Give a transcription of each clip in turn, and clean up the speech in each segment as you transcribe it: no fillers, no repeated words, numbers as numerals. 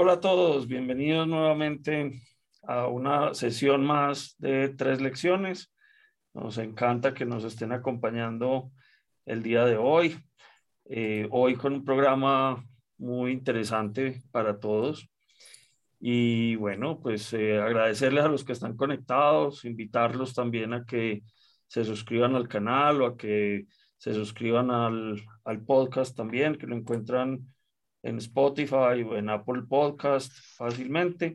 Hola a todos, bienvenidos nuevamente a una sesión más de 3 lecciones. Nos encanta que nos estén acompañando el día de hoy. Hoy con un programa muy interesante para todos. Y bueno, pues agradecerles a los que están conectados, invitarlos también a que se suscriban al canal o a que se suscriban al podcast también, que lo encuentran en Spotify o en Apple Podcast fácilmente.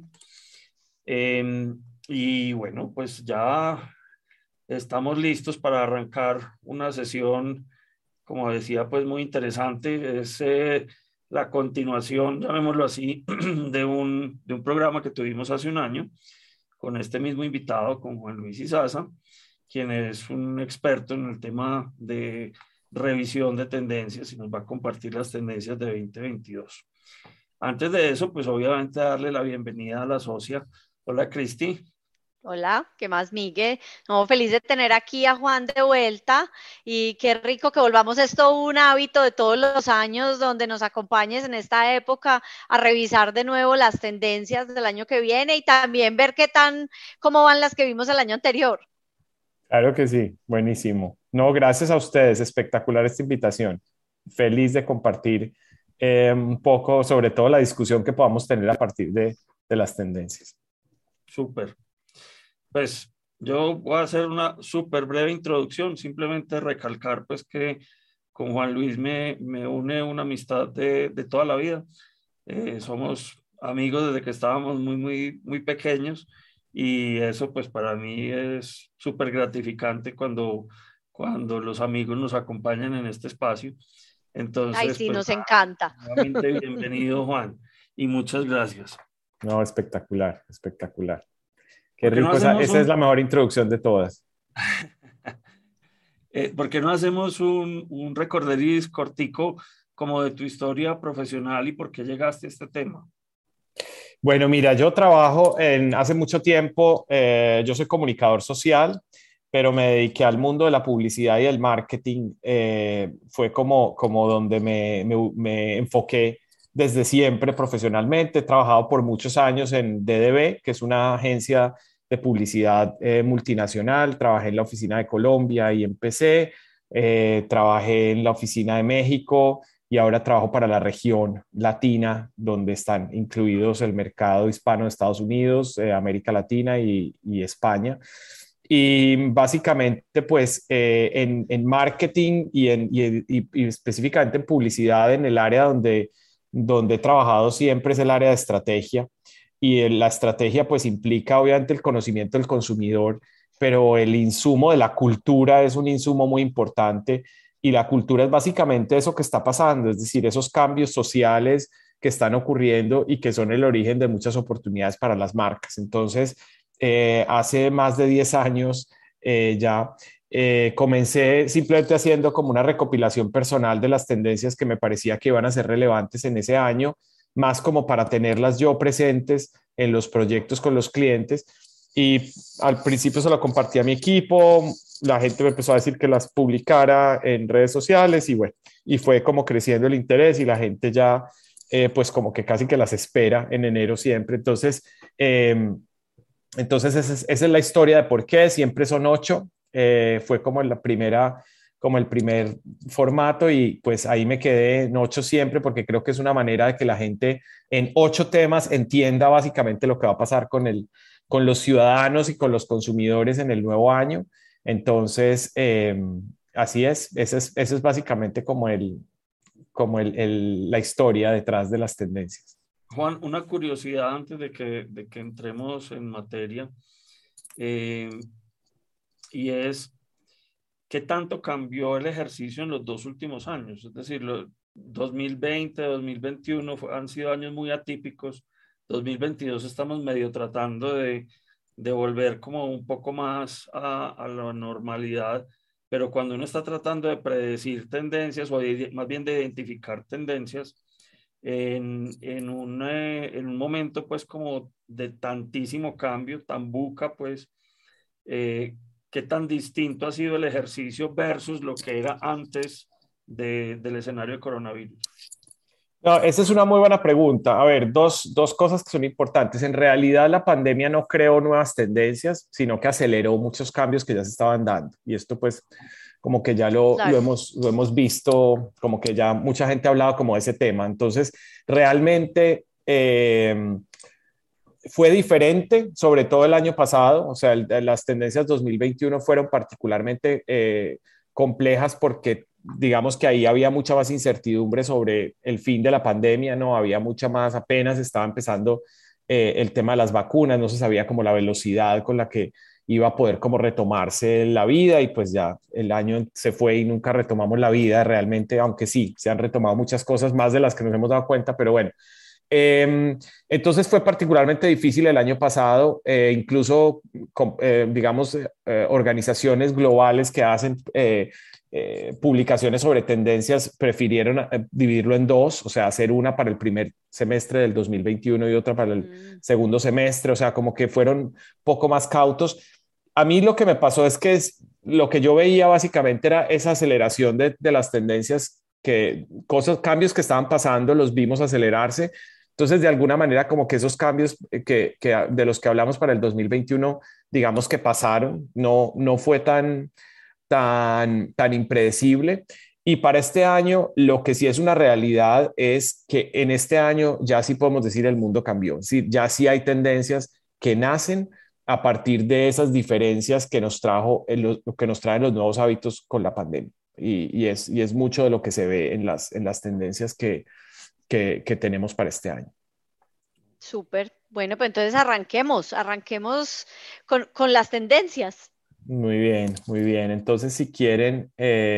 Y bueno, pues ya estamos listos para arrancar una sesión, como decía, pues muy interesante. Es la continuación, llamémoslo así, de un programa que tuvimos hace un año con este mismo invitado, con Juan Luis Izaza, quien es un experto en el tema de revisión de tendencias y nos va a compartir las tendencias de 2022. Antes de eso, pues obviamente darle la bienvenida a la socia. Hola, Cristi. Hola, ¿qué más, Miguel? No, feliz de tener aquí a Juan de vuelta y qué rico que volvamos esto un hábito de todos los años donde nos acompañes en esta época a revisar de nuevo las tendencias del año que viene y también ver cómo van las que vimos el año anterior. Claro que sí, buenísimo. No, gracias a ustedes, espectacular esta invitación. Feliz de compartir un poco sobre todo la discusión que podamos tener a partir de las tendencias. Súper. Pues yo voy a hacer una súper breve introducción, simplemente recalcar pues que con Juan Luis me une una amistad de toda la vida. Somos amigos desde que estábamos muy pequeños y eso pues para mí es súper gratificante cuando los amigos nos acompañan en este espacio. Ay, Entonces, sí, pues nos encanta. nuevamente bienvenido, Juan, y muchas gracias. No, espectacular, espectacular. Qué ¿Por qué no rico, hacemos esa es la mejor introducción de todas. ¿Por qué no hacemos un recorderis cortico como de tu historia profesional y por qué llegaste a este tema? Bueno, mira, yo trabajo hace mucho tiempo, yo soy comunicador social, pero me dediqué al mundo de la publicidad y el marketing. Fue como donde me enfoqué desde siempre profesionalmente. He trabajado por muchos años en DDB, que es una agencia de publicidad multinacional. Trabajé en la oficina de Colombia y empecé. Trabajé en la oficina de México y ahora trabajo para la región latina, donde están incluidos el mercado hispano de Estados Unidos, América Latina y España. Y básicamente, pues, en marketing y específicamente en publicidad, en el área donde he trabajado siempre es el área de estrategia. Y la estrategia, pues, implica obviamente el conocimiento del consumidor, pero el insumo de la cultura es un insumo muy importante y la cultura es básicamente eso que está pasando, es decir, esos cambios sociales que están ocurriendo y que son el origen de muchas oportunidades para las marcas. Entonces, hace más de 10 años ya comencé simplemente haciendo como una recopilación personal de las tendencias que me parecía que iban a ser relevantes en ese año, más como para tenerlas yo presentes en los proyectos con los clientes. Y al principio se lo compartí a mi equipo, la gente me empezó a decir que las publicara en redes sociales y bueno, y fue como creciendo el interés y la gente ya pues como que casi que las espera en enero siempre. Entonces esa es la historia de por qué, siempre son 8, fue como como el primer formato y pues ahí me quedé en 8 siempre porque creo que es una manera de que la gente en 8 temas entienda básicamente lo que va a pasar con los ciudadanos y con los consumidores en el nuevo año. Entonces, así es, ese es básicamente la historia detrás de las tendencias. Juan, una curiosidad antes de que entremos en materia, eh, y es, ¿qué tanto cambió el ejercicio en los 2 últimos años? Es decir, 2020, 2021 han sido años muy atípicos. 2022 estamos medio tratando de volver como un poco más a la normalidad, pero cuando uno está tratando de predecir tendencias o más bien de identificar tendencias en un momento pues como de tantísimo cambio, tan buca pues, eh, ¿qué tan distinto ha sido el ejercicio versus lo que era antes del escenario de coronavirus? No, esa es una muy buena pregunta. A ver, dos cosas que son importantes. En realidad, la pandemia no creó nuevas tendencias, sino que aceleró muchos cambios que ya se estaban dando. Y esto, pues, como que ya Claro. lo hemos visto, como que ya mucha gente ha hablado como de ese tema. Entonces, realmente fue diferente, sobre todo el año pasado. O sea, las tendencias 2021 fueron particularmente complejas porque digamos que ahí había mucha más incertidumbre sobre el fin de la pandemia, ¿no? Había mucha más, apenas estaba empezando el tema de las vacunas, no se sabía como la velocidad con la que iba a poder como retomarse la vida y pues ya el año se fue y nunca retomamos la vida realmente, aunque sí, se han retomado muchas cosas más de las que nos hemos dado cuenta, pero bueno. Entonces fue particularmente difícil el año pasado, incluso, digamos, organizaciones globales que hacen publicaciones sobre tendencias prefirieron dividirlo en dos, o sea, hacer una para el primer semestre del 2021 y otra para el segundo semestre, o sea, como que fueron poco más cautos. A mí lo que me pasó es que lo que yo veía básicamente era esa aceleración de las tendencias que cosas, cambios que estaban pasando, los vimos acelerarse. Entonces, de alguna manera, como que esos cambios de los que hablamos para el 2021, digamos que pasaron, no fue tan impredecible. Y para este año, lo que sí es una realidad es que en este año ya sí podemos decir el mundo cambió. Sí, ya sí hay tendencias que nacen a partir de esas diferencias que nos lo que nos traen los nuevos hábitos con la pandemia. Y es mucho de lo que se ve en las tendencias que tenemos para este año. Súper. Bueno, pues entonces arranquemos con las tendencias. Muy bien, muy bien. Entonces, si quieren,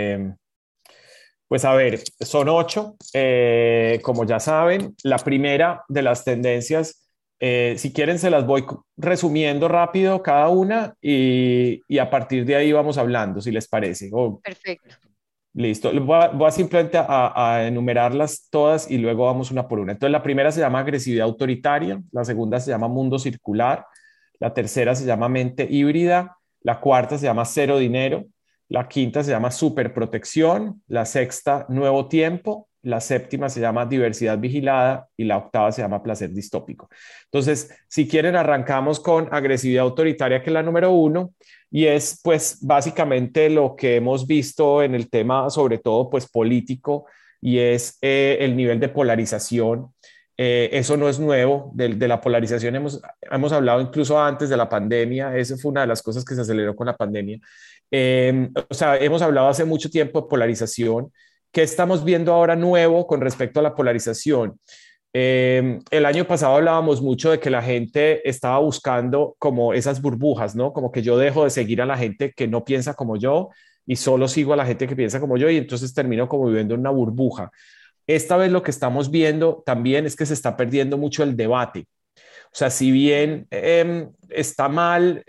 pues a ver, son 8, como ya saben. La primera de las tendencias, si quieren, se las voy resumiendo rápido cada una y a partir de ahí vamos hablando, si les parece. Perfecto. Listo. Voy a simplemente a enumerarlas todas y luego vamos una por una. Entonces, la primera se llama agresividad autoritaria, la segunda se llama mundo circular, la tercera se llama mente híbrida, la cuarta se llama cero dinero, la quinta se llama superprotección, la sexta nuevo tiempo, la séptima se llama diversidad vigilada y la octava se llama placer distópico. Entonces, si quieren, arrancamos con agresividad autoritaria, que es la número 1 y es pues básicamente lo que hemos visto en el tema, sobre todo pues político, y es el nivel de polarización. Eso no es nuevo, de la polarización hemos hablado incluso antes de la pandemia, esa fue una de las cosas que se aceleró con la pandemia. O sea, hemos hablado hace mucho tiempo de polarización. ¿Qué estamos viendo ahora nuevo con respecto a la polarización? El año pasado hablábamos mucho de que la gente estaba buscando como esas burbujas, ¿no? Como que yo dejo de seguir a la gente que no piensa como yo y solo sigo a la gente que piensa como yo y entonces termino como viviendo en una burbuja. Esta vez lo que estamos viendo también es que se está perdiendo mucho el debate. O sea, si bien está mal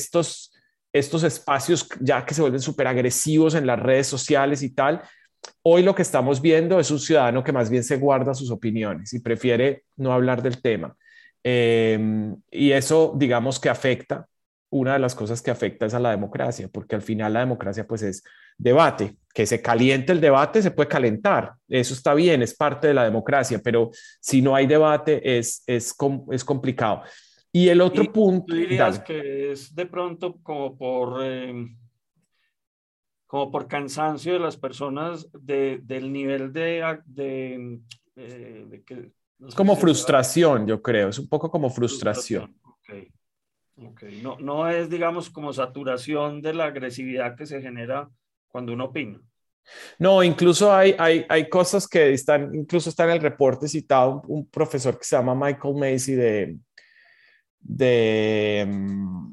estos espacios ya que se vuelven súper agresivos en las redes sociales y tal, hoy lo que estamos viendo es un ciudadano que más bien se guarda sus opiniones y prefiere no hablar del tema. Y eso, digamos que afecta, una de las cosas que afecta es a la democracia, porque al final la democracia pues es debate, que se caliente el debate, se puede calentar, eso está bien, es parte de la democracia, pero si no hay debate es complicado. Y el otro ¿Y tú punto, dirías dale. que es de pronto como por cansancio de las personas del nivel de que, no Es sé si como se puede hablar frustración, yo creo, es un poco como de frustración. frustración? Ok, ok. No es, digamos, como saturación de la agresividad que se genera cuando uno opina. No, incluso hay cosas que están, incluso está en el reporte citado un profesor que se llama Michael Macy de, mm,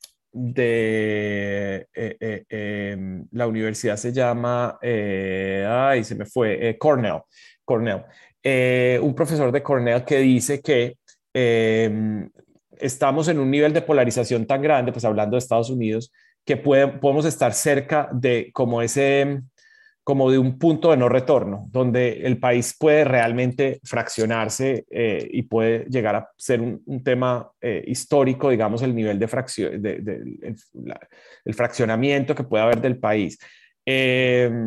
la universidad se llama, ay, se me fue, Cornell. Un profesor de Cornell que dice que estamos en un nivel de polarización tan grande, pues hablando de Estados Unidos, que podemos estar cerca de como de un punto de no retorno, donde el país puede realmente fraccionarse y puede llegar a ser un tema histórico, digamos, el nivel de fracción, el fraccionamiento que puede haber del país.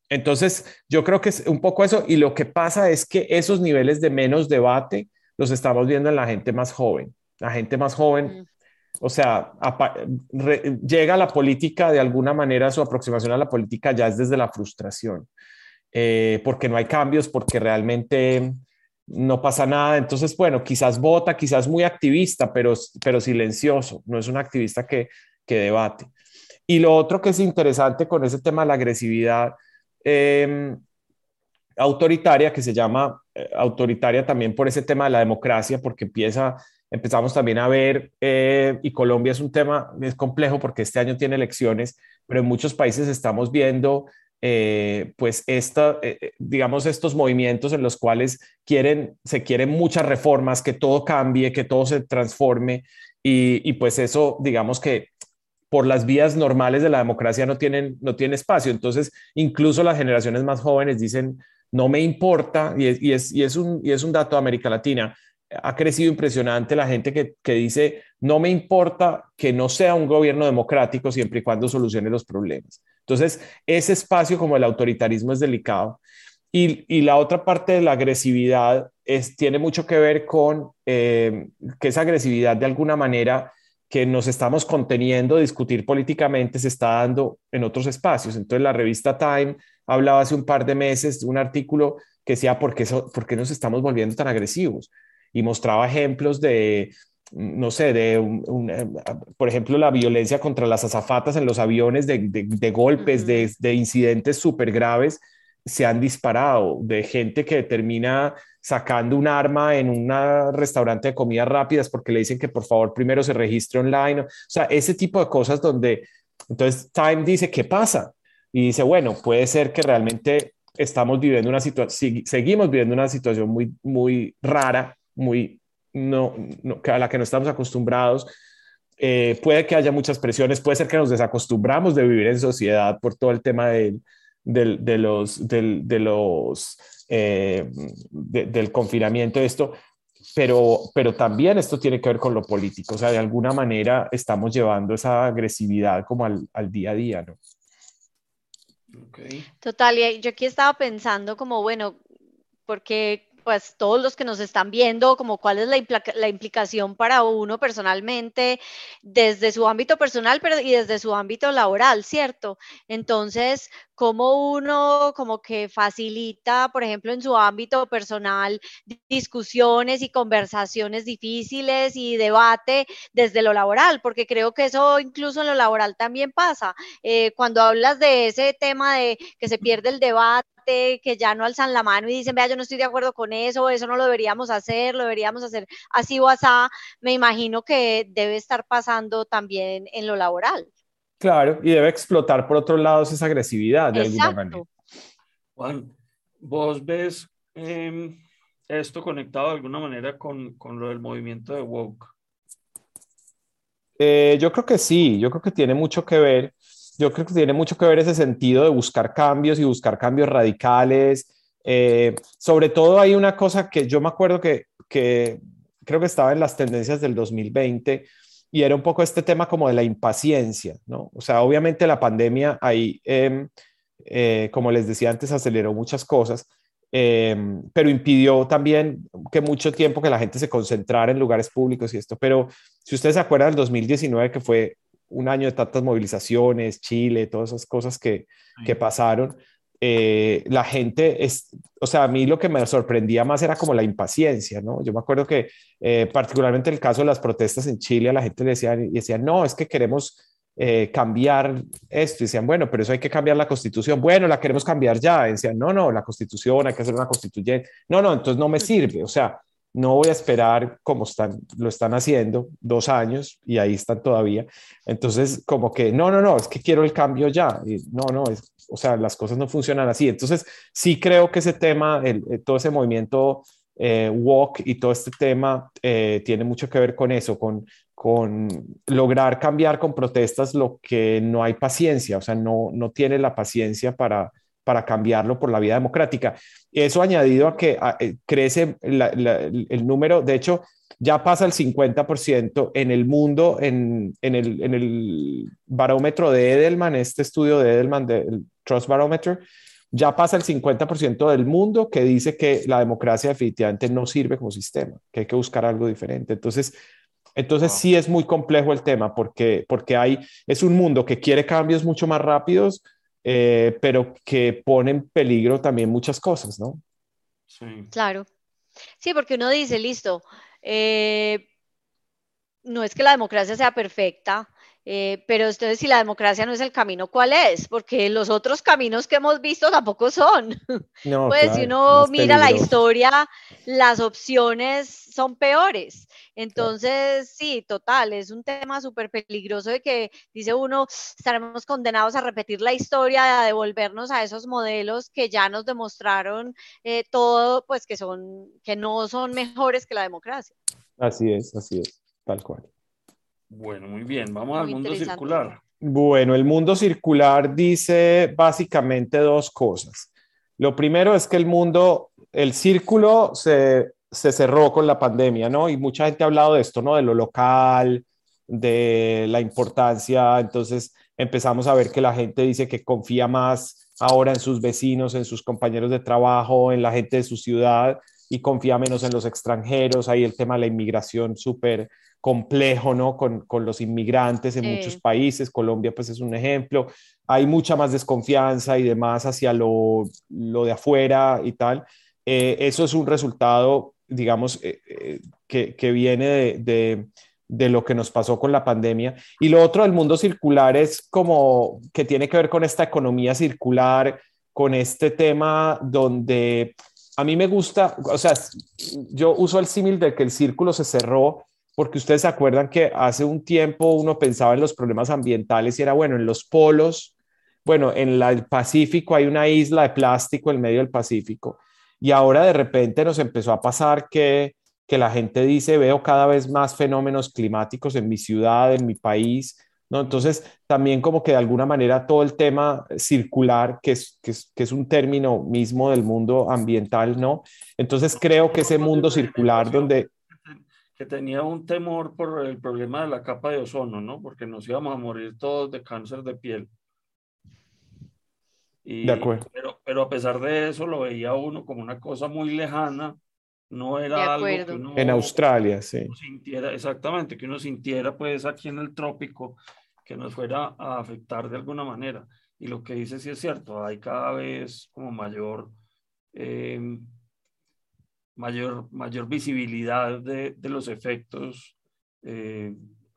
Entonces, yo creo que es un poco eso, y lo que pasa es que esos niveles de menos debate los estamos viendo en la gente más joven. La gente más joven, o sea, llega a la política de alguna manera, su aproximación a la política ya es desde la frustración, porque no hay cambios, porque realmente no pasa nada. Entonces, bueno, quizás vota, quizás muy activista, pero silencioso, no es un activista que debate. Y lo otro que es interesante con ese tema de la agresividad eh, autoritaria, que se llama autoritaria también por ese tema de la democracia, porque empezamos también a ver, y Colombia es un tema, es complejo porque este año tiene elecciones, pero en muchos países estamos viendo pues digamos, estos movimientos en los cuales se quieren muchas reformas, que todo cambie, que todo se transforme, y pues eso, digamos que por las vías normales de la democracia no tiene espacio. Entonces, incluso las generaciones más jóvenes dicen, no me importa, y es un dato de América Latina, ha crecido impresionante la gente que dice, no me importa que no sea un gobierno democrático siempre y cuando solucione los problemas. Entonces, ese espacio como el autoritarismo es delicado. Y la otra parte de la agresividad tiene mucho que ver con que esa agresividad de alguna manera que nos estamos conteniendo, discutir políticamente, se está dando en otros espacios. Entonces, la revista Time hablaba hace un par de meses de un artículo que decía, ¿por qué nos estamos volviendo tan agresivos? Y mostraba ejemplos de, no sé, por ejemplo, la violencia contra las azafatas en los aviones, de golpes, de incidentes súper graves, se han disparado, de gente que termina sacando un arma en un restaurante de comidas rápidas porque le dicen que por favor primero se registre online. O sea, ese tipo de cosas donde entonces Time dice, ¿qué pasa? Y dice, bueno, puede ser que realmente estamos viviendo seguimos viviendo una situación muy, muy rara, muy a la que no estamos acostumbrados. Puede que haya muchas presiones, puede ser que nos desacostumbramos de vivir en sociedad por todo el tema del confinamiento, esto, pero también esto tiene que ver con lo político, o sea, de alguna manera estamos llevando esa agresividad como al día a día, ¿no? Okay. Total, y yo aquí estaba pensando como, bueno, porque pues todos los que nos están viendo, como cuál es la implicación para uno personalmente, desde su ámbito personal y desde su ámbito laboral, ¿cierto? Entonces, cómo uno como que facilita, por ejemplo, en su ámbito personal, discusiones y conversaciones difíciles y debate desde lo laboral, porque creo que eso incluso en lo laboral también pasa. Cuando hablas de ese tema de que se pierde el debate, que ya no alzan la mano y dicen, vea, yo no estoy de acuerdo con eso no lo deberíamos hacer así o asá, me imagino que debe estar pasando también en lo laboral. Claro, y debe explotar por otros lados esa agresividad de alguna manera. Juan, ¿vos ves esto conectado de alguna manera con lo del movimiento de woke? Yo creo que sí, yo creo que tiene mucho que ver. Yo creo que tiene mucho que ver ese sentido de buscar cambios y buscar cambios radicales. Sobre todo hay una cosa que yo me acuerdo que creo que estaba en las tendencias del 2020 y era un poco este tema como de la impaciencia, ¿no? O sea, obviamente la pandemia ahí, como les decía antes, aceleró muchas cosas, pero impidió también que mucho tiempo que la gente se concentrara en lugares públicos y esto. Pero si ustedes se acuerdan del 2019, que fue un año de tantas movilizaciones, Chile, todas esas cosas que pasaron, la gente, o sea, a mí lo que me sorprendía más era como la impaciencia, ¿no? Yo me acuerdo que particularmente el caso de las protestas en Chile, a la gente le decía, no, es que queremos cambiar esto, y decían, bueno, pero eso hay que cambiar la constitución, bueno, la queremos cambiar ya, y decían, no, la constitución, hay que hacer una constituyente, no, entonces no me sirve, o sea, no voy a esperar como lo están haciendo 2 años y ahí están todavía. Entonces, como que, no, es que quiero el cambio ya. Y o sea, las cosas no funcionan así. Entonces, sí creo que ese tema, todo ese movimiento woke y todo este tema tiene mucho que ver con eso, con lograr cambiar con protestas lo que no hay paciencia, o sea, no tiene la paciencia para cambiarlo por la vía democrática. Eso añadido a que crece el número, de hecho, ya pasa el 50% en el mundo, en el barómetro de Edelman, este estudio de Edelman, del Trust Barometer, ya pasa el 50% del mundo que dice que la democracia definitivamente no sirve como sistema, que hay que buscar algo diferente. Entonces Wow. sí es muy complejo el tema porque es un mundo que quiere cambios mucho más rápidos, pero que pone en peligro también muchas cosas, ¿no? Sí. Claro. Sí, porque uno dice, listo, eh, no es que la democracia sea perfecta, pero entonces si la democracia no es el camino, ¿cuál es? Porque los otros caminos que hemos visto tampoco son. No, Pues si claro, uno más mira la peligrosos. historia, las opciones son peores. Claro. Entonces, sí, total, es un tema súper peligroso de que dice uno, estaremos condenados a repetir la historia, a devolvernos a esos modelos que ya nos demostraron todo, pues que no son mejores que la democracia. Así es, tal cual. Bueno, muy bien. Vamos al Muy mundo interesante. circular. Bueno, el mundo circular dice básicamente dos cosas. Lo primero es que el círculo se cerró con la pandemia, ¿no? Y mucha gente ha hablado de esto, ¿no? De lo local, de la importancia. Entonces empezamos a ver que la gente dice que confía más ahora en sus vecinos, en sus compañeros de trabajo, en la gente de su ciudad y confía menos en los extranjeros. Ahí el tema de la inmigración súper complejo, ¿no? Con los inmigrantes en muchos Sí, países. Colombia, pues, es un ejemplo. Hay mucha más desconfianza y demás hacia lo de afuera y tal. Eso es un resultado, digamos, que viene de lo que nos pasó con la pandemia. Y lo otro del mundo circular es como que tiene que ver con esta economía circular, con este tema donde a mí me gusta, o sea, yo uso el símil de que el círculo se cerró porque ustedes se acuerdan que hace un tiempo uno pensaba en los problemas ambientales y era, bueno, en los polos, bueno, el Pacífico hay una isla de plástico en medio del Pacífico y ahora de repente nos empezó a pasar que la gente dice, veo cada vez más fenómenos climáticos en mi ciudad, en mi país, ¿no? Entonces, también como que de alguna manera todo el tema circular, que es un término mismo del mundo ambiental, ¿no? Entonces, creo que ese Nosotros en mundo la circular administración donde que tenía un temor por el problema de la capa de ozono, ¿no? Porque nos íbamos a morir todos de cáncer de piel. de acuerdo. Pero a pesar de eso, lo veía uno como una cosa muy lejana, no de era algo que acuerdo. En Australia, sí. uno sintiera, exactamente, que uno sintiera pues aquí en el trópico, que nos fuera a afectar de alguna manera. Y lo que dice sí es cierto, hay cada vez como eh, mayor visibilidad de los efectos eh,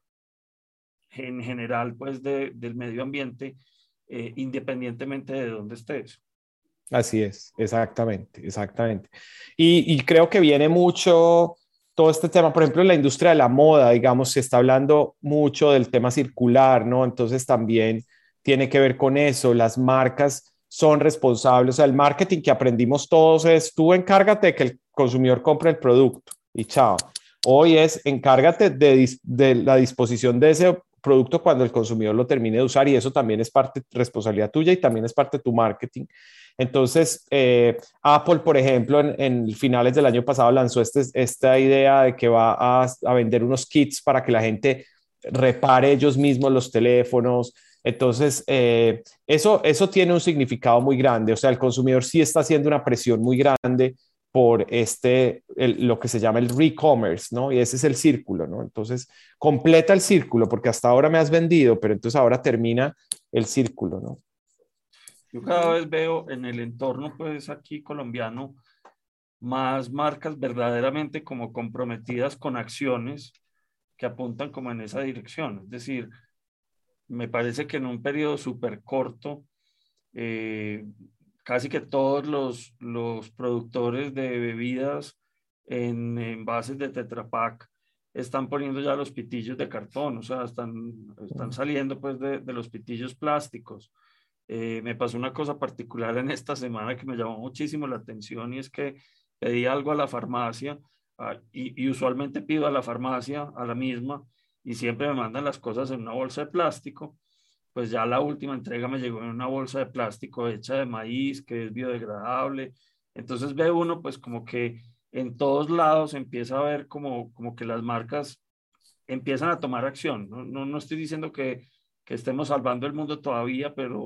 en general pues del medio ambiente, independientemente de dónde estés. Así es, exactamente, exactamente. Y creo que viene mucho todo este tema, por ejemplo, en la industria de la moda, digamos, se está hablando mucho del tema circular, ¿no? Entonces también tiene que ver con eso, las marcas son responsables, o sea, el marketing que aprendimos todos es, tú encárgate de que el consumidor compre el producto y chao. Hoy es encárgate de la disposición de ese producto cuando el consumidor lo termine de usar y eso también es parte, responsabilidad tuya y también es parte de tu marketing. Entonces, Apple, por ejemplo, en finales del año pasado lanzó esta idea de que va a vender unos kits para que la gente repare ellos mismos los teléfonos. Entonces, eso tiene un significado muy grande. O sea, el consumidor sí está haciendo una presión muy grande por lo que se llama el re-commerce, ¿no? Y ese es el círculo, ¿no? Entonces, completa el círculo, porque hasta ahora me has vendido, pero entonces ahora termina el círculo, ¿no? Yo cada vez veo en el entorno, pues aquí colombiano, más marcas verdaderamente como comprometidas con acciones que apuntan como en esa dirección. Es decir, me parece que en un periodo súper corto, eh, casi que todos los productores de bebidas en envases de Tetra Pak están poniendo ya los pitillos de cartón, o sea, están saliendo pues de los pitillos plásticos. Me pasó una cosa particular en esta semana que me llamó muchísimo la atención y es que pedí algo a la farmacia y usualmente pido a la farmacia, a la misma, y siempre me mandan las cosas en una bolsa de plástico. Pues ya la última entrega me llegó en una bolsa de plástico hecha de maíz, que es biodegradable. Entonces ve uno pues como que en todos lados empieza a ver como que las marcas empiezan a tomar acción. No estoy diciendo que estemos salvando el mundo todavía,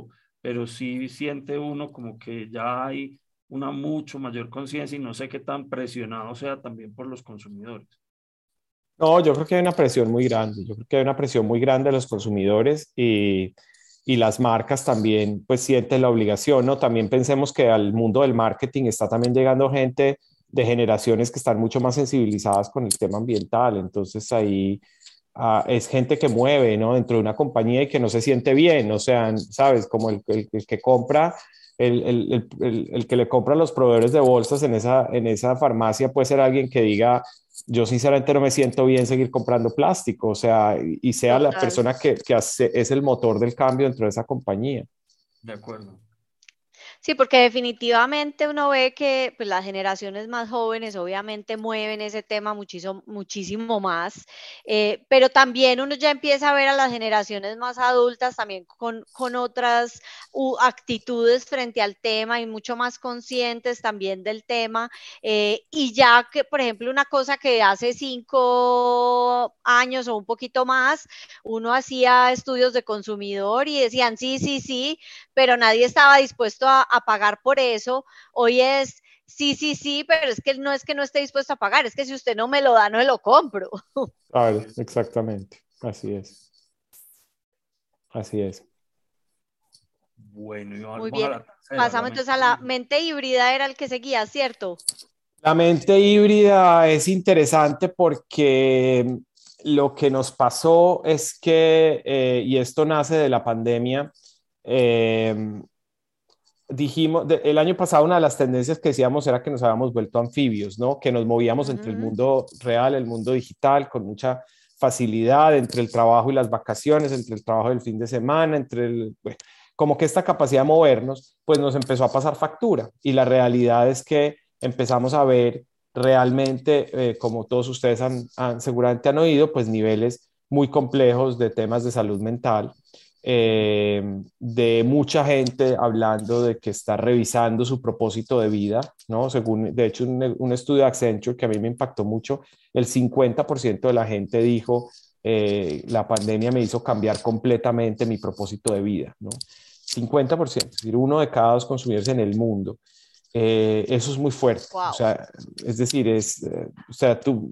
pero sí siente uno como que ya hay una mucho mayor conciencia y no sé qué tan presionado sea también por los consumidores. No, yo creo que hay una presión muy grande. Yo creo que hay una presión muy grande de los consumidores y las marcas también pues sienten la obligación, ¿no? También pensemos que al mundo del marketing está también llegando gente de generaciones que están mucho más sensibilizadas con el tema ambiental. Entonces ahí es gente que mueve, ¿no? Dentro de una compañía y que no se siente bien. O sea, ¿sabes? Como el que compra el que le compra a los proveedores de bolsas en esa farmacia puede ser alguien que diga, yo sinceramente no me siento bien seguir comprando plástico, o sea, y sea la Total. persona es el motor del cambio dentro de esa compañía. De acuerdo. Sí, porque definitivamente uno ve que pues, las generaciones más jóvenes obviamente mueven ese tema muchísimo, muchísimo más, pero también uno ya empieza a ver a las generaciones más adultas también con otras actitudes frente al tema y mucho más conscientes también del tema. Y ya que, por ejemplo, una cosa que hace 5 años o un poquito más, uno hacía estudios de consumidor y decían, sí, sí, sí, pero nadie estaba dispuesto a pagar por eso. Hoy es, sí, sí, sí, pero es que no esté dispuesto a pagar, es que si usted no me lo da, no me lo compro. Claro, exactamente, así es, así es. Bueno, y Muy vamos a bien. la tercera, la Pasamos mente entonces a la híbrida. mente híbrida, era el que seguía, ¿cierto? La mente híbrida es interesante porque lo que nos pasó es que, y esto nace de la pandemia, eh, el año pasado una de las tendencias que decíamos era que nos habíamos vuelto anfibios, ¿no? Que nos movíamos entre el Ujú. mundo real, el mundo digital, con mucha facilidad entre el trabajo y las vacaciones, entre el trabajo del fin de semana, bueno, como que esta capacidad de movernos, pues nos empezó a pasar factura. Y la realidad es que empezamos a ver realmente, como todos ustedes seguramente han oído, pues niveles muy complejos de temas de salud mental, de mucha gente hablando de que está revisando su propósito de vida, ¿no? Según, de hecho, un estudio de Accenture que a mí me impactó mucho, el 50% de la gente dijo, la pandemia me hizo cambiar completamente mi propósito de vida, ¿no? 50%, es decir, uno de cada dos consumidores en el mundo. Eso es muy fuerte. O Wow. sea, es decir, o sea, tú,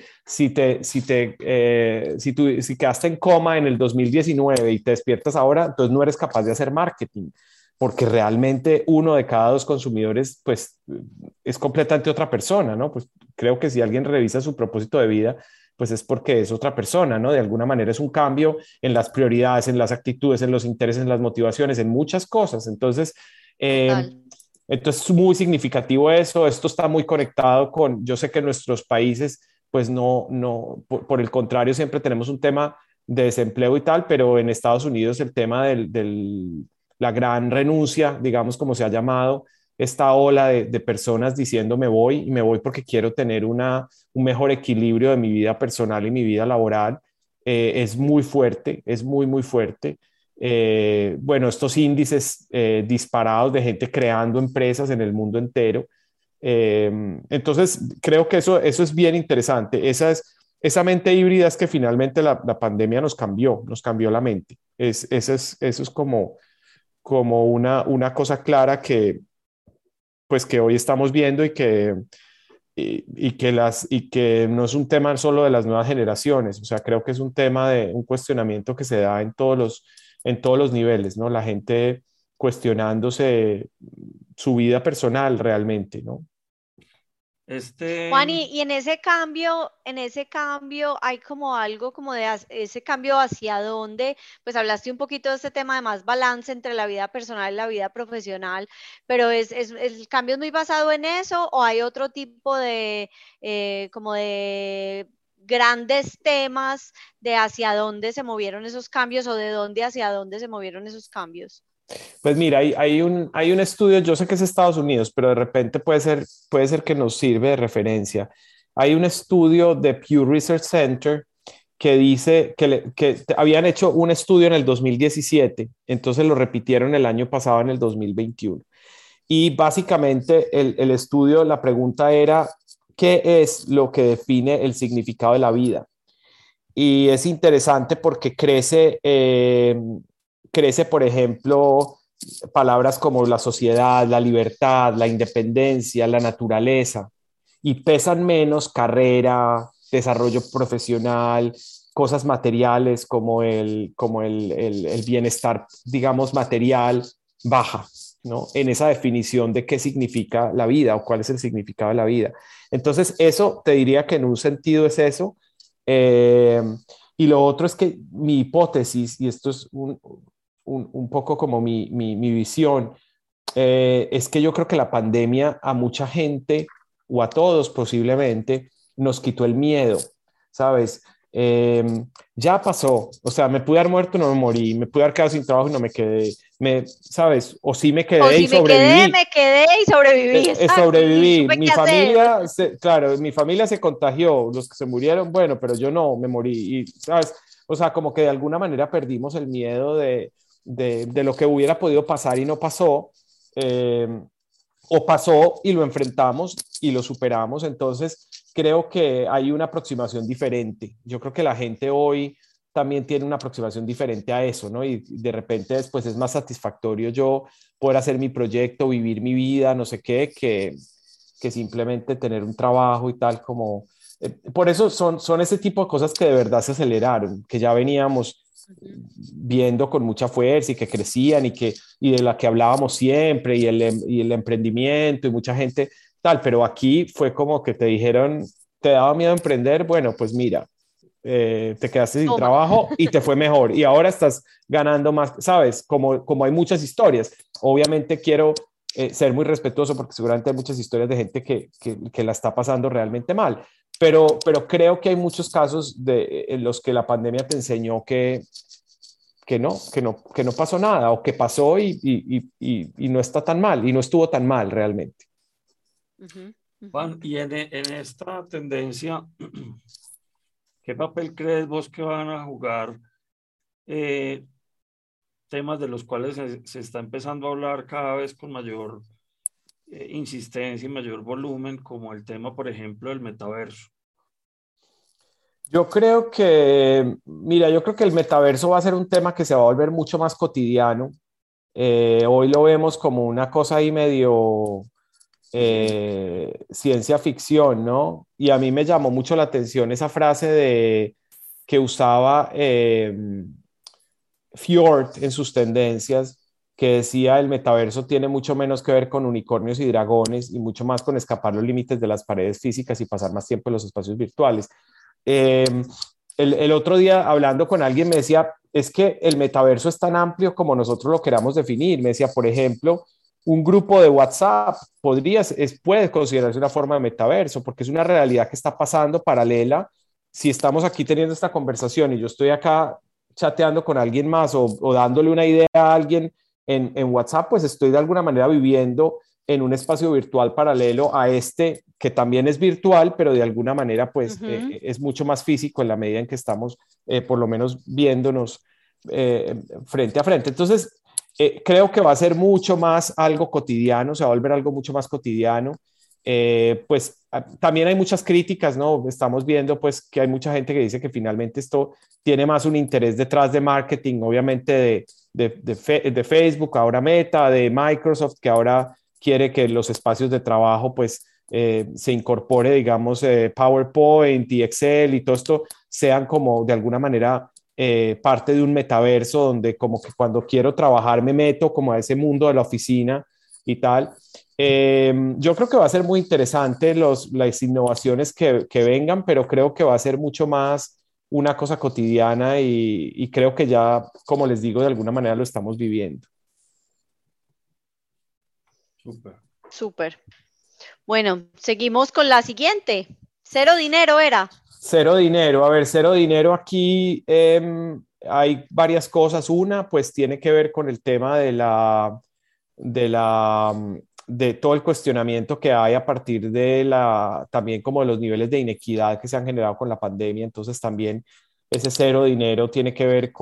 si quedaste en coma en el 2019 y te despiertas ahora, entonces no eres capaz de hacer marketing, porque realmente uno de cada dos consumidores, pues, es completamente otra persona, ¿no? Pues creo que si alguien revisa su propósito de vida, pues es porque es otra persona, ¿no? De alguna manera es un cambio en las prioridades, en las actitudes, en los intereses, en las motivaciones, en muchas cosas. Total. Entonces es muy significativo eso, esto está muy conectado con, yo sé que nuestros países, pues por el contrario, siempre tenemos un tema de desempleo y tal, pero en Estados Unidos el tema la gran renuncia, digamos como se ha llamado, esta ola de personas diciendo me voy y me voy porque quiero tener un mejor equilibrio de mi vida personal y mi vida laboral, es muy fuerte, es muy, muy fuerte. Bueno, estos índices disparados de gente creando empresas en el mundo entero. Entonces, creo que eso es bien interesante. Esa mente híbrida es que finalmente la pandemia nos cambió la mente. Eso es como una cosa clara pues, que hoy estamos viendo y que no es un tema solo de las nuevas generaciones, o sea, creo que es un tema de un cuestionamiento que se da en todos los niveles, ¿no? La gente cuestionándose su vida personal realmente, ¿no? Este, Juan, y en ese cambio hay como algo como de ese cambio hacia dónde, pues hablaste un poquito de este tema de más balance entre la vida personal y la vida profesional, pero el cambio es muy basado en eso o hay otro tipo de, como de grandes temas de hacia dónde se movieron esos cambios o de dónde hacia dónde se movieron esos cambios. Pues mira, hay un estudio, yo sé que es Estados Unidos, pero de repente puede ser que nos sirve de referencia. Hay un estudio de Pew Research Center que dice que habían hecho un estudio en el 2017, entonces lo repitieron el año pasado en el 2021. Y básicamente el estudio, la pregunta era, ¿qué es lo que define el significado de la vida? Y es interesante porque crece, por ejemplo, palabras como la sociedad, la libertad, la independencia, la naturaleza, y pesan menos carrera, desarrollo profesional, cosas materiales como el bienestar, digamos, material, baja, ¿no? En esa definición de qué significa la vida o cuál es el significado de la vida. Entonces, eso te diría que en un sentido es eso. Eh, y lo otro es que mi hipótesis, y esto es un poco como mi visión, es que yo creo que la pandemia a mucha gente, o a todos posiblemente, nos quitó el miedo, ¿sabes? Eh, ya pasó, o sea, me pude haber muerto, no me morí, me pude haber quedado sin trabajo y no me quedé, ¿sabes? O sí me O quedé y si sobreviví. me quedé y sobreviví, exacto, y Sobreviví. supe Mi qué hacer. familia, claro, mi familia se contagió, los que se murieron, bueno, pero yo no, me morí. Y, ¿sabes? O sea, como que de alguna manera perdimos el miedo de lo que hubiera podido pasar y no pasó. Eh, o pasó y lo enfrentamos y lo superamos. Entonces, creo que hay una aproximación diferente. Yo creo que la gente hoy también tiene una aproximación diferente a eso, ¿no? Y de repente después es más satisfactorio yo poder hacer mi proyecto, vivir mi vida, no sé qué, que simplemente tener un trabajo y tal como... por eso son ese tipo de cosas que de verdad se aceleraron, que ya veníamos viendo con mucha fuerza y que crecían y de la que hablábamos siempre y el emprendimiento y mucha gente tal, pero aquí fue como que te dijeron, ¿te daba miedo emprender? Bueno, pues mira, te quedaste sin Toma. trabajo y te fue mejor y ahora estás ganando más, ¿sabes? Como hay muchas historias. Obviamente quiero ser muy respetuoso porque seguramente hay muchas historias de gente que la está pasando realmente mal, pero creo que hay muchos casos en los que la pandemia te enseñó que no pasó nada o que pasó y no está tan mal y no estuvo tan mal realmente. Juan, y en esta tendencia, ¿qué papel crees vos que van a jugar temas de los cuales se está empezando a hablar cada vez con mayor insistencia y mayor volumen, como el tema, por ejemplo, del metaverso? Yo creo que, mira, yo creo que el metaverso va a ser un tema que se va a volver mucho más cotidiano. Hoy lo vemos como una cosa ahí medio ciencia ficción, ¿no? Y a mí me llamó mucho la atención esa frase que usaba Fjord en sus tendencias, que decía el metaverso tiene mucho menos que ver con unicornios y dragones y mucho más con escapar los límites de las paredes físicas y pasar más tiempo en los espacios virtuales. Eh, el otro día hablando con alguien me decía, es que el metaverso es tan amplio como nosotros lo queramos definir. Me decía, por ejemplo, un grupo de WhatsApp puede considerarse una forma de metaverso porque es una realidad que está pasando paralela. Si estamos aquí teniendo esta conversación y yo estoy acá chateando con alguien más o dándole una idea a alguien en WhatsApp, pues estoy de alguna manera viviendo en un espacio virtual paralelo a este, que también es virtual, pero de alguna manera pues es mucho más físico en la medida en que estamos por lo menos viéndonos frente a frente. Entonces, creo que va a ser mucho más algo cotidiano, se va a volver algo mucho más cotidiano. Pues también hay muchas críticas, ¿no? Estamos viendo pues que hay mucha gente que dice que finalmente esto tiene más un interés detrás de marketing, obviamente de Facebook, ahora Meta, de Microsoft, que ahora quiere que los espacios de trabajo pues se incorpore, digamos, PowerPoint y Excel y todo esto sean como de alguna manera parte de un metaverso donde como que cuando quiero trabajar me meto como a ese mundo de la oficina y tal. Yo creo que va a ser muy interesante las innovaciones que vengan, pero creo que va a ser mucho más una cosa cotidiana y creo que ya, como les digo, de alguna manera lo estamos viviendo. Súper. Súper. Bueno, seguimos con la siguiente. Cero dinero era. Cero dinero. A ver, cero dinero aquí hay varias cosas. Una, pues tiene que ver con el tema de todo el cuestionamiento que hay a partir también como de los niveles de inequidad que se han generado con la pandemia. Entonces también ese cero dinero tiene que ver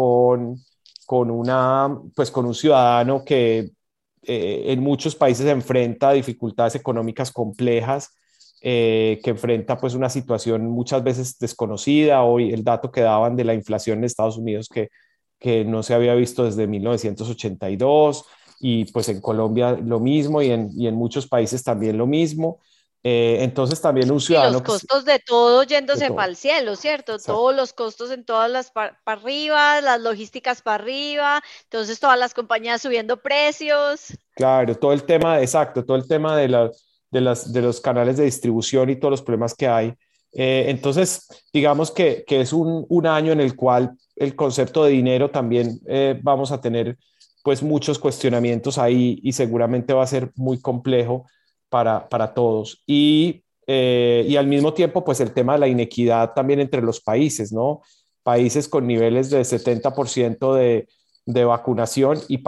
pues con un ciudadano que en muchos países enfrenta dificultades económicas complejas, que enfrenta pues una situación muchas veces desconocida. Hoy el dato que daban de la inflación en Estados Unidos que no se había visto desde 1982. y pues en Colombia lo mismo y en muchos países también lo mismo. Entonces también un Y los ciudadano que... costos de todo De yéndose para todo. el cielo, ¿cierto? Exacto. Todos los costos en todas las para arriba, las logísticas para arriba, entonces todas las compañías subiendo precios. Claro, todo el tema, exacto, todo el tema de los canales de distribución y todos los problemas que hay. Entonces, digamos que es un año en el cual el concepto de dinero también vamos a tener pues muchos cuestionamientos ahí y seguramente va a ser muy complejo para todos. Y al mismo tiempo, pues el tema de la inequidad también entre los países, ¿no? Países con niveles de 70% de vacunación y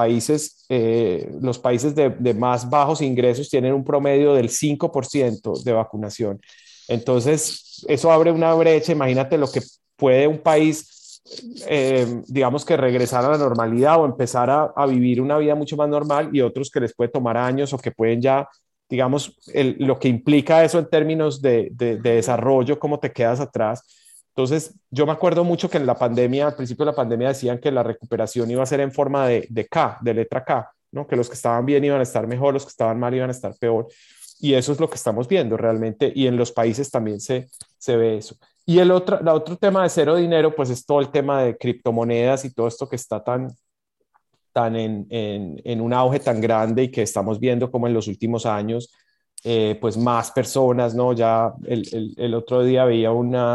los países de más bajos ingresos tienen un promedio del 5% de vacunación. Entonces, eso abre una brecha. Imagínate lo que puede un país, digamos que regresar a la normalidad o empezar a vivir una vida mucho más normal y otros que les puede tomar años o que pueden ya, digamos, lo que implica eso en términos de desarrollo, cómo te quedas atrás. Entonces, yo me acuerdo mucho que en la pandemia, al principio de la pandemia, decían que la recuperación iba a ser en forma de K, de letra K, ¿no? Que los que estaban bien iban a estar mejor, los que estaban mal iban a estar peor. Y eso es lo que estamos viendo realmente. Y en los países también se ve eso. Y la otro tema de cero dinero, pues es todo el tema de criptomonedas y todo esto que está tan en un auge tan grande y que estamos viendo como en los últimos años, pues más personas, ¿no? Ya el otro día veía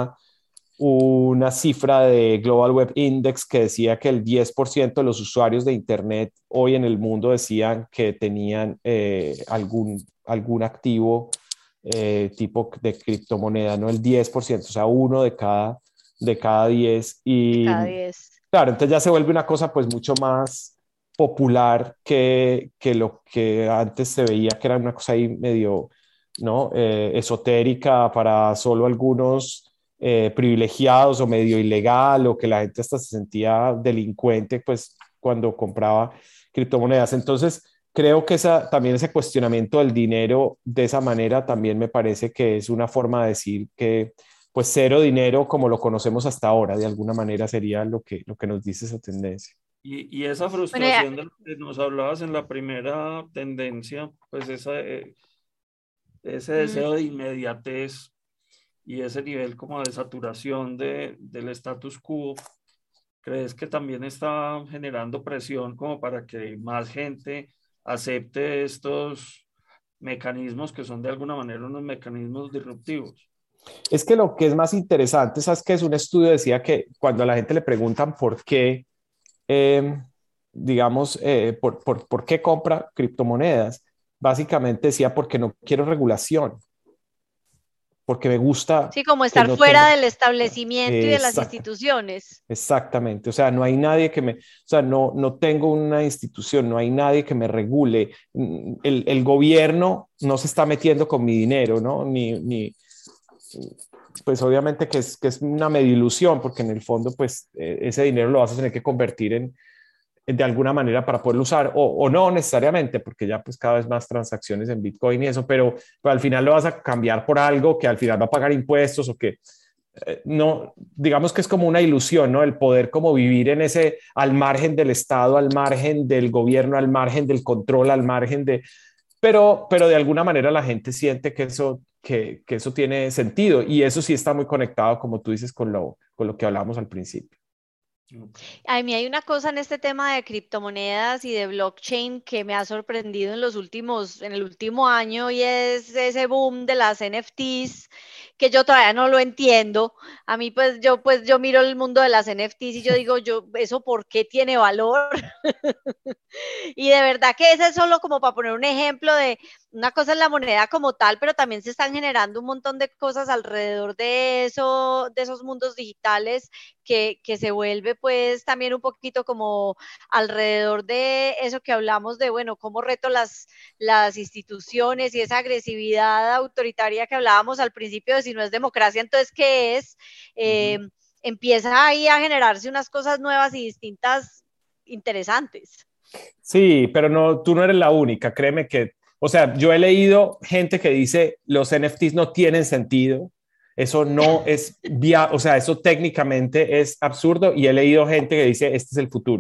una cifra de Global Web Index que decía que el 10% de los usuarios de Internet hoy en el mundo decían que tenían algún activo tipo de criptomoneda, no el 10%, o sea, uno de cada 10. De Y cada 10. claro, entonces ya se vuelve una cosa pues mucho más popular que lo que antes se veía que era una cosa ahí medio, ¿no? Esotérica para solo algunos privilegiados o medio ilegal o que la gente hasta se sentía delincuente pues cuando compraba criptomonedas. Entonces, creo que también ese cuestionamiento del dinero de esa manera también me parece que es una forma de decir que pues cero dinero como lo conocemos hasta ahora, de alguna manera sería lo que nos dice esa tendencia. Y esa Bueno, frustración de lo que nos hablabas en la primera tendencia, pues ese deseo de inmediatez y ese nivel como de saturación del status quo, ¿crees que también está generando presión como para que más gente acepte estos mecanismos que son de alguna manera unos mecanismos disruptivos? Es que lo que es más interesante, ¿sabes qué? Es un estudio decía que cuando a la gente le preguntan por qué, eh, digamos, por qué compra criptomonedas, básicamente decía porque no quiero regulación, porque me gusta sí, como que estar no fuera tenga... del establecimiento y de las Exacto. instituciones. Exactamente, o sea, no hay nadie o sea, no tengo una institución, no hay nadie que me regule. El gobierno no se está metiendo con mi dinero, ¿no? Pues obviamente que es una medio ilusión, porque en el fondo, pues ese dinero lo vas a tener que convertir de alguna manera para poderlo usar, o no necesariamente, porque ya pues cada vez más transacciones en Bitcoin y eso, pero al final lo vas a cambiar por algo que al final va a pagar impuestos o que no, digamos que es como una ilusión, ¿no? El poder como vivir al margen del Estado, al margen del gobierno, al margen del control, al margen pero de alguna manera la gente siente que eso tiene sentido y eso sí está muy conectado, como tú dices, con lo que hablábamos al principio. A mí hay una cosa en este tema de criptomonedas y de blockchain que me ha sorprendido en el último año y es ese boom de las NFTs que yo todavía no lo entiendo. A mí pues yo miro el mundo de las NFTs y yo digo, ¿eso por qué tiene valor? Y de verdad que ese es solo como para poner un ejemplo de una cosa es la moneda como tal, pero también se están generando un montón de cosas alrededor de eso, de esos mundos digitales que se vuelve pues también un poquito como alrededor de eso que hablamos de, bueno, cómo reto las instituciones y esa agresividad autoritaria que hablábamos al principio de si no es democracia, entonces, ¿qué es? Empieza ahí a generarse unas cosas nuevas y distintas interesantes. Sí, pero no, tú no eres la única, créeme que, o sea, yo he leído gente que dice los NFTs no tienen sentido, eso no es o sea, eso técnicamente es absurdo y he leído gente que dice este es el futuro.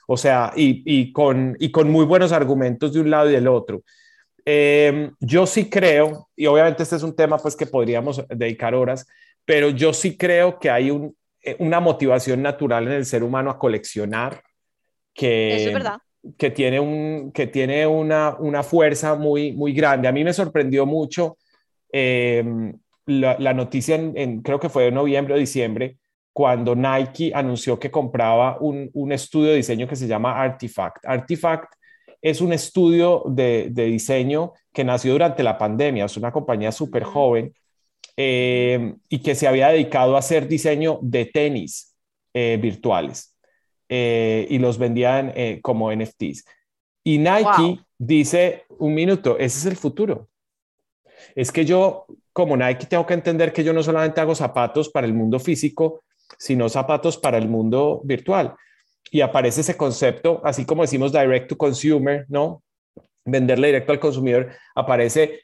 O sea, y con muy buenos argumentos de un lado y del otro. Yo sí creo, y obviamente este es un tema pues que podríamos dedicar horas, pero yo sí creo que hay una motivación natural en el ser humano a coleccionar Eso es que, verdad. que tiene una fuerza muy, muy grande. A mí me sorprendió mucho eh, la noticia creo que fue en noviembre o diciembre, cuando Nike anunció que compraba un estudio de diseño que se llama Artifact. Artifact es un estudio de diseño que nació durante la pandemia, es una compañía súper joven y que se había dedicado a hacer diseño de tenis virtuales y los vendían como NFTs. Y Wow. Nike dice, un minuto, ese es el futuro. Es que yo, como Nike, tengo que entender que yo no solamente hago zapatos para el mundo físico, sino zapatos para el mundo virtual. Y aparece ese concepto, así como decimos direct to consumer, ¿no? Venderle directo al consumidor, aparece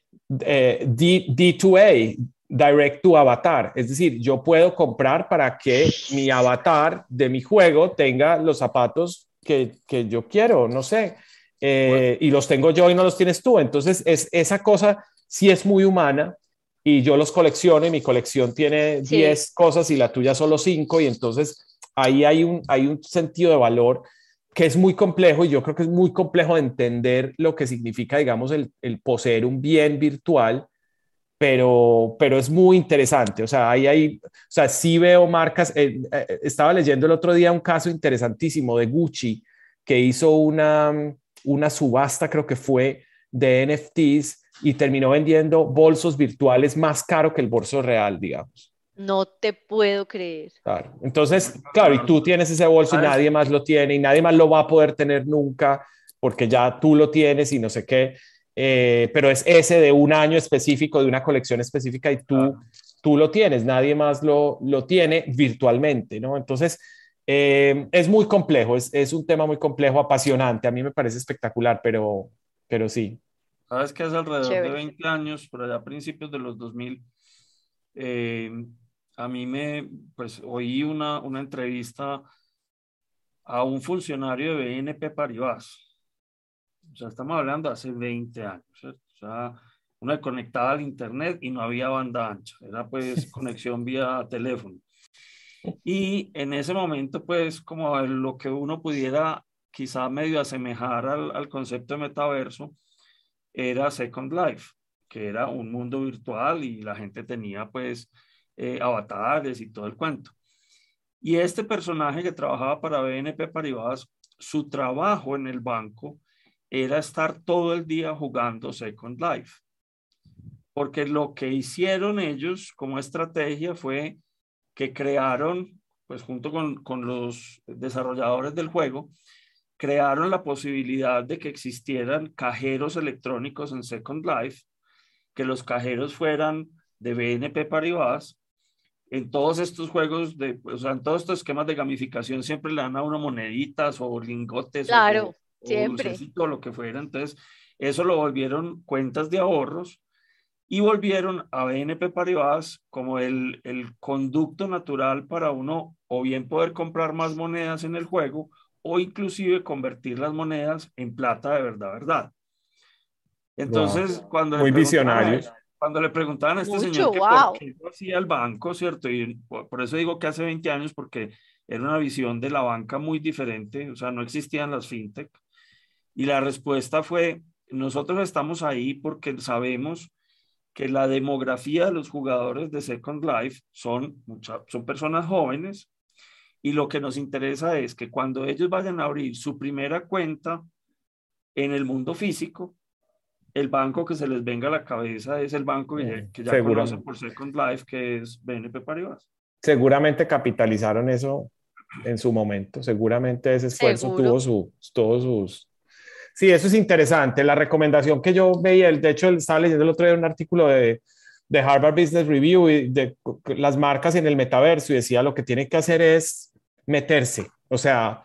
D2A, direct to avatar. Es decir, yo puedo comprar para que mi avatar de mi juego tenga los zapatos que yo quiero, no sé, Bueno, y los tengo yo y no los tienes tú. Entonces, esa cosa sí es muy humana y yo los colecciono y mi colección tiene Sí. 10 cosas y la tuya solo 5 y entonces ahí hay un sentido de valor que es muy complejo y yo creo que es muy complejo de entender lo que significa, digamos, el poseer un bien virtual, pero es muy interesante. O sea, o sea, sí veo marcas. Estaba leyendo el otro día un caso interesantísimo de Gucci que hizo una subasta, creo que fue, de NFTs y terminó vendiendo bolsos virtuales más caro que el bolso real, digamos. No te puedo creer. Claro. Entonces, claro, y claro. tú tienes ese bolso y ¿Sabes? nadie más lo tiene y nadie más lo va a poder tener nunca porque ya tú lo tienes y no sé qué. Pero es ese de un año específico, de una colección específica y Claro. tú lo tienes, nadie más lo tiene virtualmente, ¿no? Entonces, es muy complejo, es un tema muy complejo, apasionante. A mí me parece espectacular, pero sí. Sabes que hace alrededor de Chévere. 20 años, por allá a principios de los 2000, eh, a mí pues oí una entrevista a un funcionario de BNP Paribas. O sea, estamos hablando hace 20 años, ¿cierto? O sea, una conectada al internet y no había banda ancha, era pues conexión vía teléfono. Y en ese momento, pues, como lo que uno pudiera quizá medio asemejar al concepto de metaverso, era Second Life, que era un mundo virtual y la gente tenía pues avatares y todo el cuento. Y este personaje que trabajaba para BNP Paribas, su trabajo en el banco era estar todo el día jugando Second Life. Porque lo que hicieron ellos como estrategia fue que crearon, pues junto con los desarrolladores del juego, crearon la posibilidad de que existieran cajeros electrónicos en Second Life, que los cajeros fueran de BNP Paribas. En todos estos juegos, o sea, en todos estos esquemas de gamificación siempre le dan a uno moneditas o lingotes Claro, o siempre. dulcecito o lo que fuera. Entonces, eso lo volvieron cuentas de ahorros y volvieron a BNP Paribas como el conducto natural para uno o bien poder comprar más monedas en el juego o inclusive convertir las monedas en plata de verdad, verdad. Wow. Entonces, Muy visionarios. cuando le preguntaban a este señor Mucho, que por wow. qué lo hacía el banco, ¿cierto? Y por eso digo que hace 20 años, porque era una visión de la banca muy diferente, o sea, no existían las fintech. Y la respuesta fue, nosotros estamos ahí porque sabemos que la demografía de los jugadores de Second Life son personas jóvenes y lo que nos interesa es que cuando ellos vayan a abrir su primera cuenta en el mundo físico, el banco que se les venga a la cabeza es el banco que ya conocen Seguramente. por Second Life, que es BNP Paribas. Seguramente capitalizaron eso en su momento. Seguramente ese esfuerzo Seguro. todos sus... Sí, eso es interesante. La recomendación que yo veía, de hecho, estaba leyendo el otro día un artículo de Harvard Business Review y de las marcas en el metaverso y decía lo que tiene que hacer es meterse. O sea,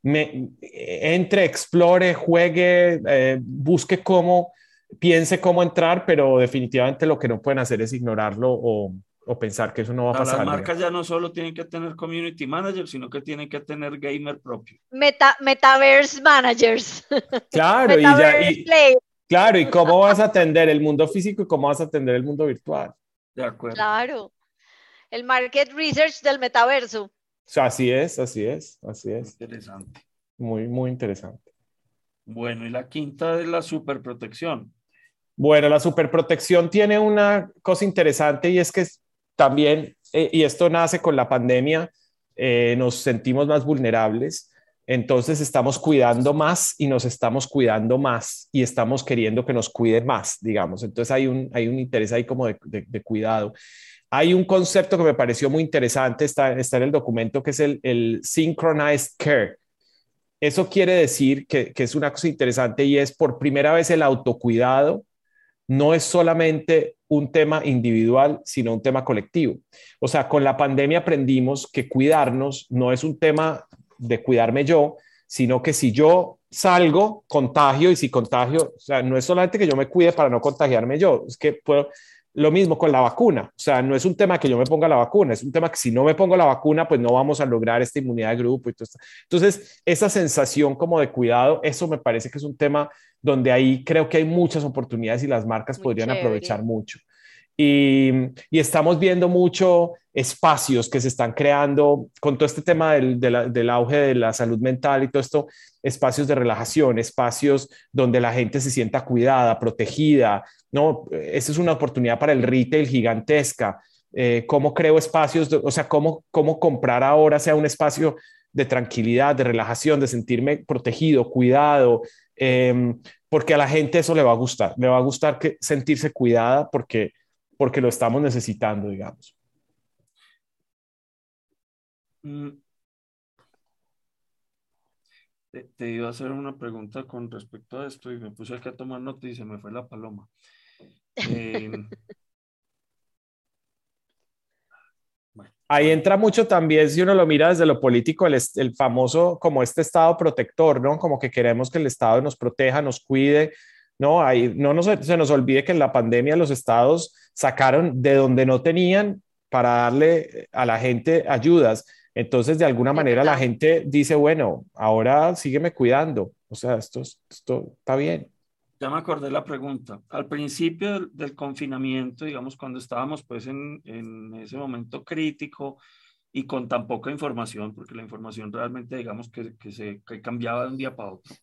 entre, explore, juegue, busque cómo, piense cómo entrar, pero definitivamente lo que no pueden hacer es ignorarlo o pensar que eso no va a Las pasar. marcas ya no solo tienen que tener community manager, sino que tienen que tener gamer propio. Metaverse managers. Claro, Metaverse players. claro, ¿y cómo vas a atender el mundo físico y cómo vas a atender el mundo virtual? De acuerdo. Claro. El market research del metaverso. O sea, así es, así es, así es. Interesante. Muy, muy interesante. Bueno, y la quinta es la superprotección. Bueno, la superprotección tiene una cosa interesante y es que también, y esto nace con la pandemia, nos sentimos más vulnerables, entonces estamos cuidando más y nos estamos cuidando más y estamos queriendo que nos cuiden más, digamos. Entonces hay un interés ahí como de cuidado. Hay un concepto que me pareció muy interesante, está en el documento, que es el synchronized care. Eso quiere decir que es una cosa interesante y es por primera vez el autocuidado no es solamente un tema individual, sino un tema colectivo. O sea, con la pandemia aprendimos que cuidarnos no es un tema de cuidarme yo, sino que si yo salgo, contagio, y si contagio, o sea, no es solamente que yo me cuide para no contagiarme yo, es que puedo, lo mismo con la vacuna, o sea, no es un tema que yo me ponga la vacuna, es un tema que si no me pongo la vacuna, pues no vamos a lograr esta inmunidad de grupo y todo esto. Entonces, esa sensación como de cuidado, eso me parece que es un tema donde ahí creo que hay muchas oportunidades y las marcas Muy podrían chévere. aprovechar mucho. Y estamos viendo mucho espacios que se están creando con todo este tema del auge de la salud mental y todo esto, espacios de relajación, espacios donde la gente se sienta cuidada, protegida, ¿no? Esta es una oportunidad para el retail gigantesca. ¿Cómo creo espacios, o sea, cómo comprar ahora sea un espacio de tranquilidad, de relajación, de sentirme protegido, cuidado, porque a la gente eso le va a gustar que sentirse cuidada porque lo estamos necesitando, digamos. Te iba a hacer una pregunta con respecto a esto y me puse aquí a tomar nota y se me fue la paloma. Bueno. Ahí entra mucho también, si uno lo mira desde lo político, el famoso como este Estado protector, ¿no? Como que queremos que el Estado nos proteja, nos cuide, ¿no? Ahí se nos olvide que en la pandemia los estados sacaron de donde no tenían para darle a la gente ayudas. Entonces, de alguna manera la gente dice, bueno, ahora sígueme cuidando. O sea, esto está bien. Ya me acordé la pregunta. Al principio del confinamiento, digamos, cuando estábamos pues en ese momento crítico y con tan poca información, porque la información realmente, digamos, que cambiaba de un día para otro,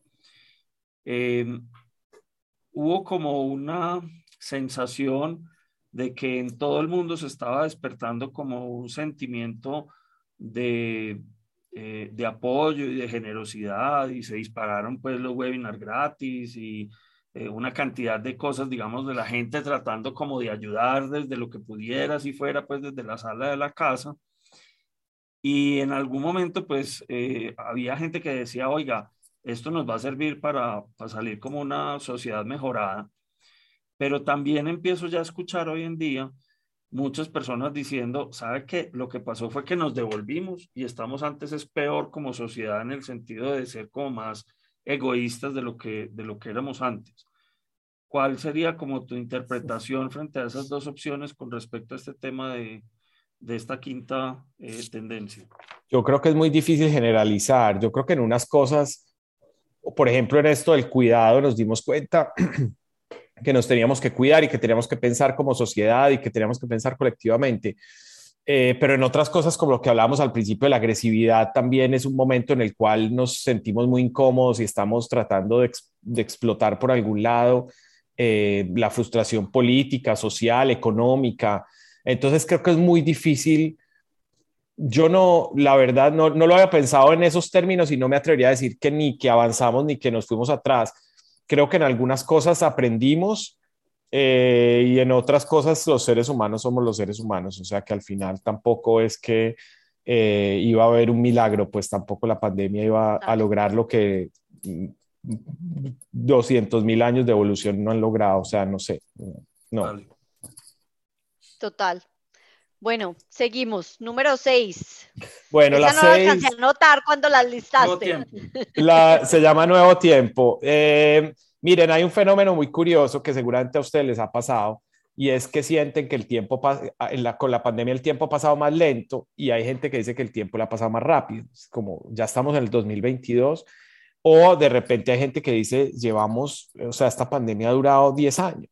hubo como una sensación de que en todo el mundo se estaba despertando como un sentimiento de apoyo y de generosidad y se dispararon pues los webinars gratis y una cantidad de cosas, digamos, de la gente tratando como de ayudar desde lo que pudiera, si fuera pues desde la sala de la casa. Y en algún momento pues había gente que decía, oiga, esto nos va a servir para salir como una sociedad mejorada. Pero también empiezo ya a escuchar hoy en día muchas personas diciendo, ¿sabe qué? Lo que pasó fue que nos devolvimos y estamos antes es peor como sociedad en el sentido de ser como más egoístas de lo que éramos antes. ¿Cuál sería como tu interpretación frente a esas dos opciones con respecto a este tema de esta quinta tendencia? Yo creo que es muy difícil generalizar. Yo creo que en unas cosas, por ejemplo, en esto del cuidado, nos dimos cuenta que nos teníamos que cuidar y que teníamos que pensar como sociedad y que teníamos que pensar colectivamente. Pero en otras cosas, como lo que hablábamos al principio de la agresividad, también es un momento en el cual nos sentimos muy incómodos y estamos tratando de explotar por algún lado la frustración política, social, económica. Entonces creo que es muy difícil. Yo no, la verdad, no lo había pensado en esos términos y no me atrevería a decir que ni que avanzamos ni que nos fuimos atrás. Creo que en algunas cosas aprendimos y en otras cosas los seres humanos somos los seres humanos. O sea que al final tampoco es que iba a haber un milagro, pues tampoco la pandemia iba a lograr lo que 200.000 años de evolución no han logrado. O sea, no sé, no. Vale. Total. Bueno, seguimos. Número 6. Bueno, esa la no 6. la alcancé a notar cuando las listaste. Se llama Nuevo Tiempo. Miren, hay un fenómeno muy curioso que seguramente a ustedes les ha pasado y es que sienten que el tiempo con la pandemia el tiempo ha pasado más lento y hay gente que dice que el tiempo le ha pasado más rápido, es como ya estamos en el 2022 o de repente hay gente que dice llevamos, o sea, esta pandemia ha durado 10 años.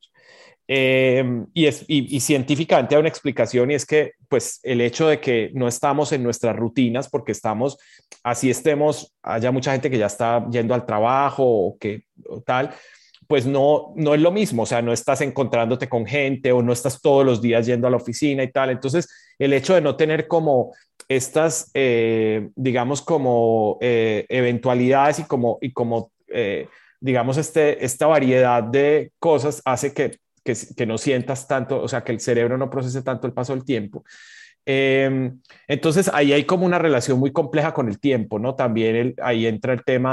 Y científicamente hay una explicación y es que pues el hecho de que no estamos en nuestras rutinas porque estamos, así estemos, haya mucha gente que ya está yendo al trabajo o tal, pues no es lo mismo, o sea, no estás encontrándote con gente o no estás todos los días yendo a la oficina y tal. Entonces, el hecho de no tener como estas, digamos, como eventualidades digamos, esta variedad de cosas hace que no sientas tanto, o sea, que el cerebro no procese tanto el paso del tiempo. Entonces, ahí hay como una relación muy compleja con el tiempo, ¿no? También ahí entra el tema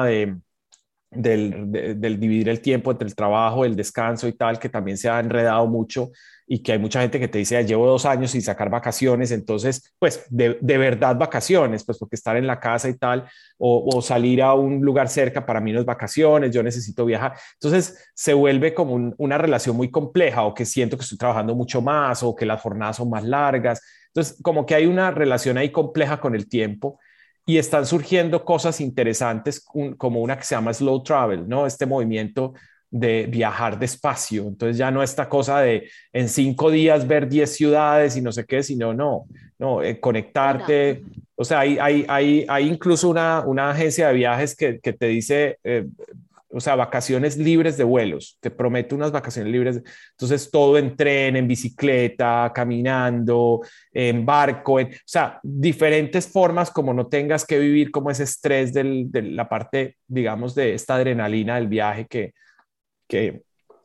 del dividir el tiempo entre el trabajo, el descanso y tal, que también se ha enredado mucho y que hay mucha gente que te dice, llevo 2 años sin sacar vacaciones, entonces, pues, de verdad vacaciones, pues, porque estar en la casa y tal, o salir a un lugar cerca, para mí no es vacaciones, yo necesito viajar. Entonces, se vuelve como una relación muy compleja, o que siento que estoy trabajando mucho más, o que las jornadas son más largas. Entonces, como que hay una relación ahí compleja con el tiempo y están surgiendo cosas interesantes como una que se llama slow travel, ¿no? Este movimiento de viajar despacio. Entonces ya no esta cosa de en 5 días ver 10 ciudades y no sé qué, sino no, conectarte. O sea, hay incluso una agencia de viajes que te dice, o sea, vacaciones libres de vuelos, te prometo unas vacaciones libres. Entonces, todo en tren, en bicicleta, caminando, en barco, o sea, diferentes formas como no tengas que vivir como ese estrés de la parte, digamos, de esta adrenalina del viaje que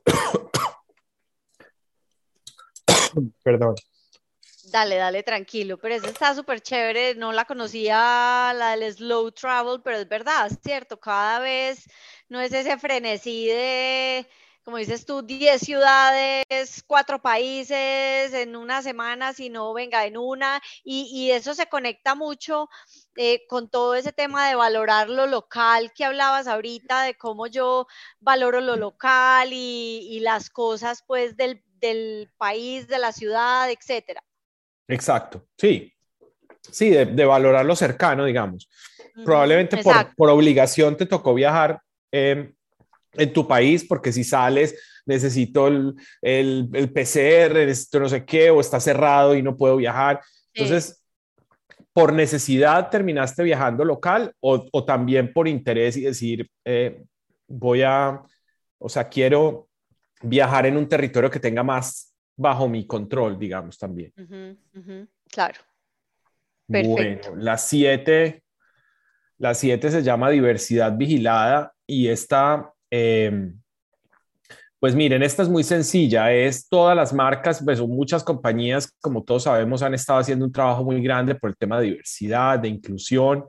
perdón. Dale, dale, tranquilo, pero esa está súper chévere, no la conocía, la del slow travel, pero es verdad, es cierto, cada vez no es ese frenesí de, como dices tú, 10 ciudades, 4 países en una semana, sino venga, en una, y eso se conecta mucho con todo ese tema de valorar lo local que hablabas ahorita, de cómo yo valoro lo local y las cosas pues del país, de la ciudad, etcétera. Exacto, sí, sí, de valorar lo cercano, digamos. Probablemente Exacto. por obligación te tocó viajar en tu país, porque si sales necesito el PCR, necesito no sé qué, o está cerrado y no puedo viajar. Entonces, por necesidad terminaste viajando local o también por interés y decir, o sea, quiero viajar en un territorio que tenga más bajo mi control, digamos, también. Claro. Perfecto. Bueno, la siete se llama diversidad vigilada y esta, pues miren, esta es muy sencilla, es todas las marcas, pues son muchas compañías, como todos sabemos, han estado haciendo un trabajo muy grande por el tema de diversidad, de inclusión,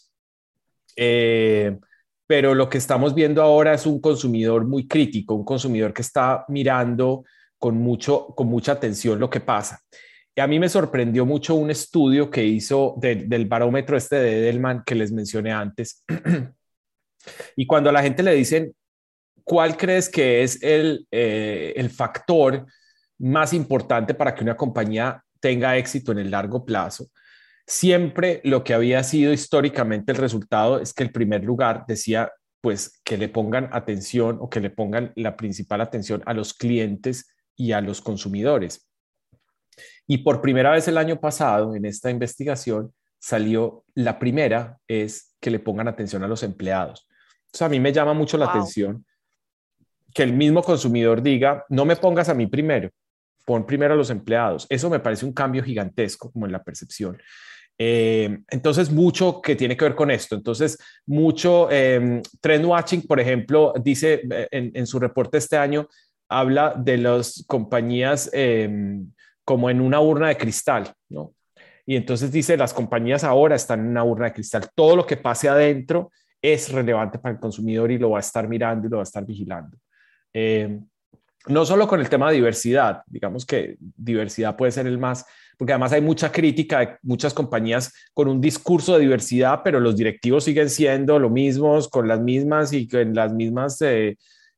pero lo que estamos viendo ahora es un consumidor muy crítico, un consumidor que está mirando con mucha atención lo que pasa. Y a mí me sorprendió mucho un estudio que hizo del barómetro de Edelman que les mencioné antes. Y cuando a la gente le dicen, ¿cuál crees que es el factor más importante para que una compañía tenga éxito en el largo plazo? Siempre lo que había sido históricamente el resultado es que el primer lugar decía, pues, que le pongan atención o que le pongan la principal atención a los clientes y a los consumidores. Y por primera vez el año pasado, en esta investigación, salió la primera, es que le pongan atención a los empleados. Entonces, a mí me llama mucho la atención que el mismo consumidor diga, no me pongas a mí primero, pon primero a los empleados. Eso me parece un cambio gigantesco como en la percepción. Entonces, mucho que tiene que ver con esto. Entonces, mucho Trend Watching, por ejemplo, dice en su reporte este año, habla de las compañías como en una urna de cristal, ¿no? Y entonces dice, las compañías ahora están en una urna de cristal. Todo lo que pase adentro es relevante para el consumidor y lo va a estar mirando y lo va a estar vigilando. No solo con el tema de diversidad, digamos que diversidad puede ser el más, porque además hay mucha crítica de muchas compañías con un discurso de diversidad, pero los directivos siguen siendo lo mismos, con las mismas y con las mismas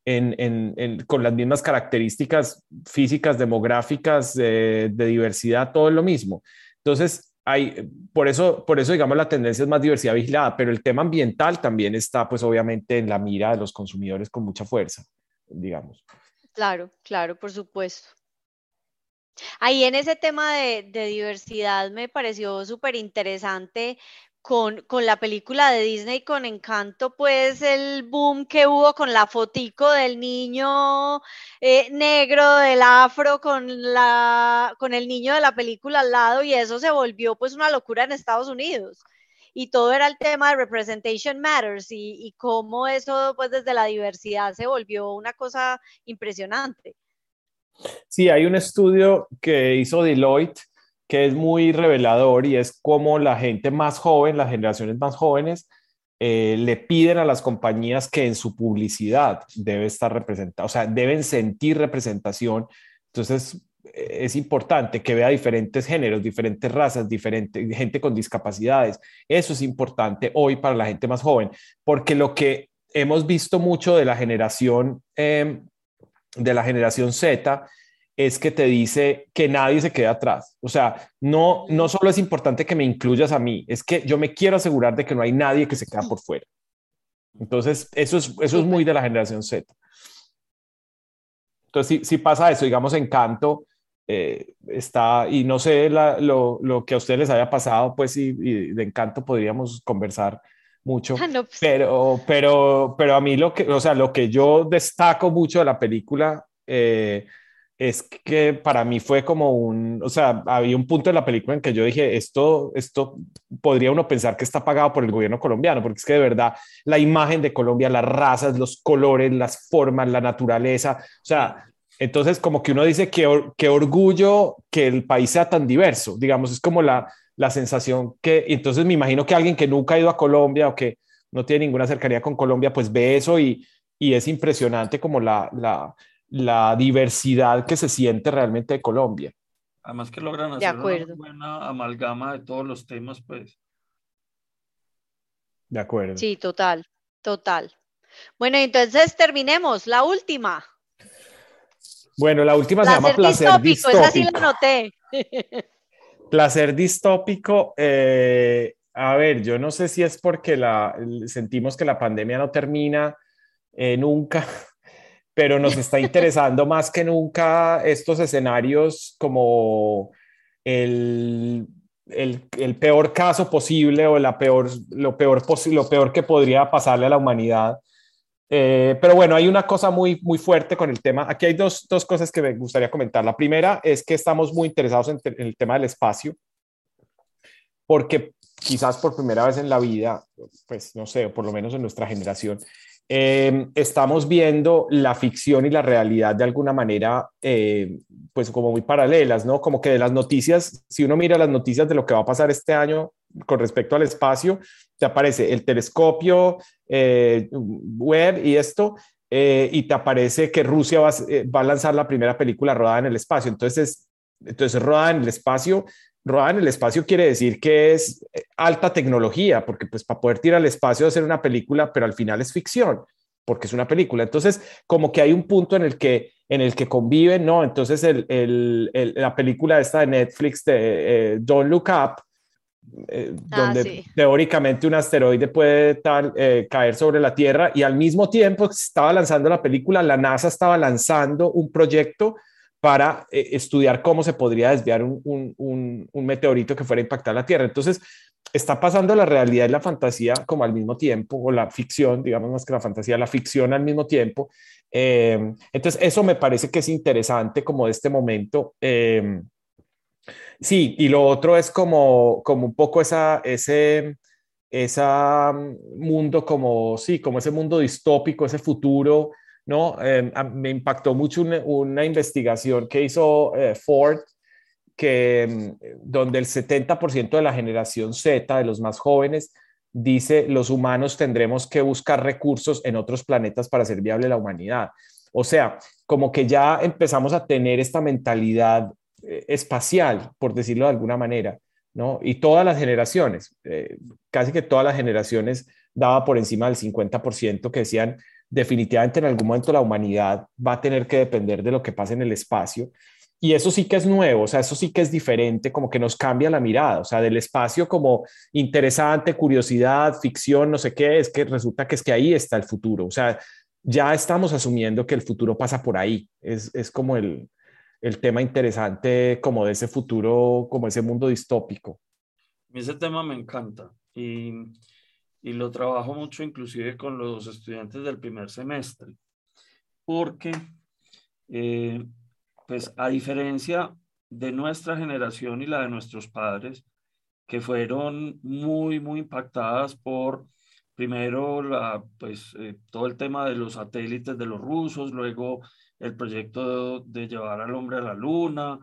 con las mismas características físicas, demográficas, de diversidad, todo es lo mismo. Entonces, por eso, digamos, la tendencia es más diversidad vigilada, pero el tema ambiental también está, pues obviamente, en la mira de los consumidores con mucha fuerza, digamos. Claro, claro, por supuesto. Ahí en ese tema de diversidad me pareció súper interesante con la película de Disney, con Encanto, pues el boom que hubo con la fotico del niño negro, del afro, con el niño de la película al lado, y eso se volvió pues una locura en Estados Unidos. Y todo era el tema de Representation Matters y cómo eso pues desde la diversidad se volvió una cosa impresionante. Sí, hay un estudio que hizo Deloitte que es muy revelador y es cómo la gente más joven, las generaciones más jóvenes, le piden a las compañías que en su publicidad debe estar representada, o sea, deben sentir representación. Entonces, es importante que vea diferentes géneros, diferentes razas, gente con discapacidades. Eso es importante hoy para la gente más joven, porque lo que hemos visto mucho de la generación Z es que te dice que nadie se queda atrás. O sea, no solo es importante que me incluyas a mí, es que yo me quiero asegurar de que no hay nadie que se queda por fuera. Entonces, eso es muy de la generación Z. Entonces, si pasa eso, digamos, Encanto está, y no sé lo que a ustedes les haya pasado, pues, y de Encanto podríamos conversar mucho, No, pues, pero a mí lo que yo destaco mucho de la película es que para mí fue como o sea, había un punto de la película en que yo dije, esto podría uno pensar que está pagado por el gobierno colombiano, porque es que de verdad la imagen de Colombia, las razas, los colores, las formas, la naturaleza, o sea, entonces como que uno dice que orgullo que el país sea tan diverso, digamos, es como la sensación que, entonces me imagino que alguien que nunca ha ido a Colombia o que no tiene ninguna cercanía con Colombia, pues ve eso y es impresionante como la diversidad que se siente realmente de Colombia. Además que logran de hacer una muy acuerdo. buena amalgama de todos los temas, pues. De acuerdo. Sí, total, total. Bueno, entonces terminemos. La última. Bueno, la última se llama Placer Placer distópico, esa sí la Distópico. anoté. Placer distópico, a ver, yo no sé si es porque sentimos que la pandemia no termina nunca, pero nos está interesando más que nunca estos escenarios como el peor caso posible o lo peor que podría pasarle a la humanidad. Pero bueno, hay una cosa muy, muy fuerte con el tema. Aquí hay dos cosas que me gustaría comentar. La primera es que estamos muy interesados en el tema del espacio, porque quizás por primera vez en la vida, pues no sé, o por lo menos en nuestra generación, estamos viendo la ficción y la realidad de alguna manera, pues como muy paralelas, ¿no? Como que de las noticias, si uno mira las noticias de lo que va a pasar este año con respecto al espacio, te aparece el telescopio web y esto, y te aparece que Rusia va a lanzar la primera película rodada en el espacio. Entonces rodada en el espacio. Rodada en el espacio quiere decir que es alta tecnología, porque pues para poder tirar al espacio hacer una película, pero al final es ficción, porque es una película. Entonces, como que hay un punto en el que conviven, ¿no? Entonces, la película esta de Netflix de Don't Look Up, donde sí. teóricamente un asteroide puede caer sobre la Tierra, y al mismo tiempo que se estaba lanzando la película, la NASA estaba lanzando un proyecto para estudiar cómo se podría desviar un meteorito que fuera a impactar la Tierra. Entonces, está pasando la realidad y la fantasía como al mismo tiempo, o la ficción, digamos más que la fantasía, la ficción al mismo tiempo. Entonces, eso me parece que es interesante como de este momento. Sí, y lo otro es como un poco ese mundo como, sí, como ese mundo distópico, ese futuro, ¿no? Me impactó mucho una investigación que hizo Ford, donde el 70% de la generación Z, de los más jóvenes, dice los humanos tendremos que buscar recursos en otros planetas para hacer viable la humanidad. O sea, como que ya empezamos a tener esta mentalidad espacial, por decirlo de alguna manera, ¿no? Y todas las generaciones, casi que todas las generaciones daba por encima del 50% que decían, definitivamente en algún momento la humanidad va a tener que depender de lo que pase en el espacio. Y eso sí que es nuevo, o sea, eso sí que es diferente, como que nos cambia la mirada, o sea, del espacio como interesante, curiosidad, ficción, no sé qué, es que resulta que es que ahí está el futuro, o sea, ya estamos asumiendo que el futuro pasa por ahí, es como el tema interesante como de ese futuro, como ese mundo distópico. Ese tema me encanta y lo trabajo mucho inclusive con los estudiantes del primer semestre, porque eh, pues a diferencia de nuestra generación y la de nuestros padres, que fueron muy, muy impactadas por, primero, todo el tema de los satélites de los rusos, luego el proyecto de llevar al hombre a la luna,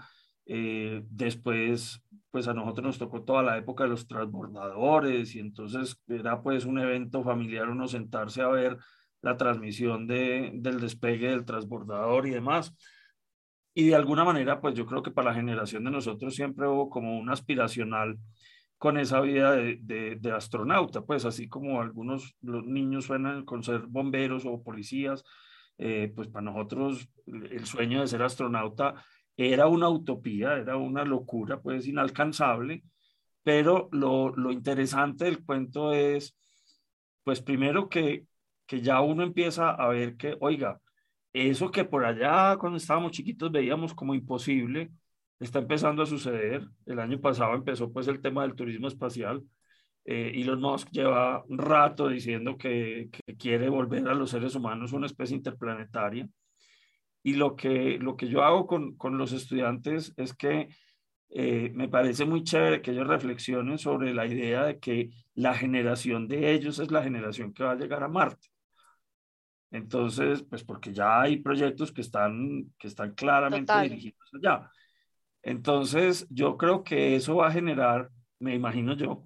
después, pues a nosotros nos tocó toda la época de los transbordadores y entonces era pues un evento familiar uno sentarse a ver la transmisión del despegue del transbordador y demás. Y de alguna manera, pues yo creo que para la generación de nosotros siempre hubo como un aspiracional con esa vida de astronauta, pues así como algunos los niños suenan con ser bomberos o policías, pues para nosotros el sueño de ser astronauta era una utopía, era una locura, pues inalcanzable, pero lo interesante del cuento es, pues primero que ya uno empieza a ver que, oiga, eso que por allá cuando estábamos chiquitos veíamos como imposible, está empezando a suceder. El año pasado empezó pues el tema del turismo espacial. Elon Musk lleva un rato diciendo que quiere volver a los seres humanos una especie interplanetaria. Y lo que yo hago con los estudiantes es que me parece muy chévere que ellos reflexionen sobre la idea de que la generación de ellos es la generación que va a llegar a Marte. Entonces, pues porque ya hay proyectos que están claramente Total. dirigidos allá. Entonces, yo creo que eso va a generar, me imagino yo,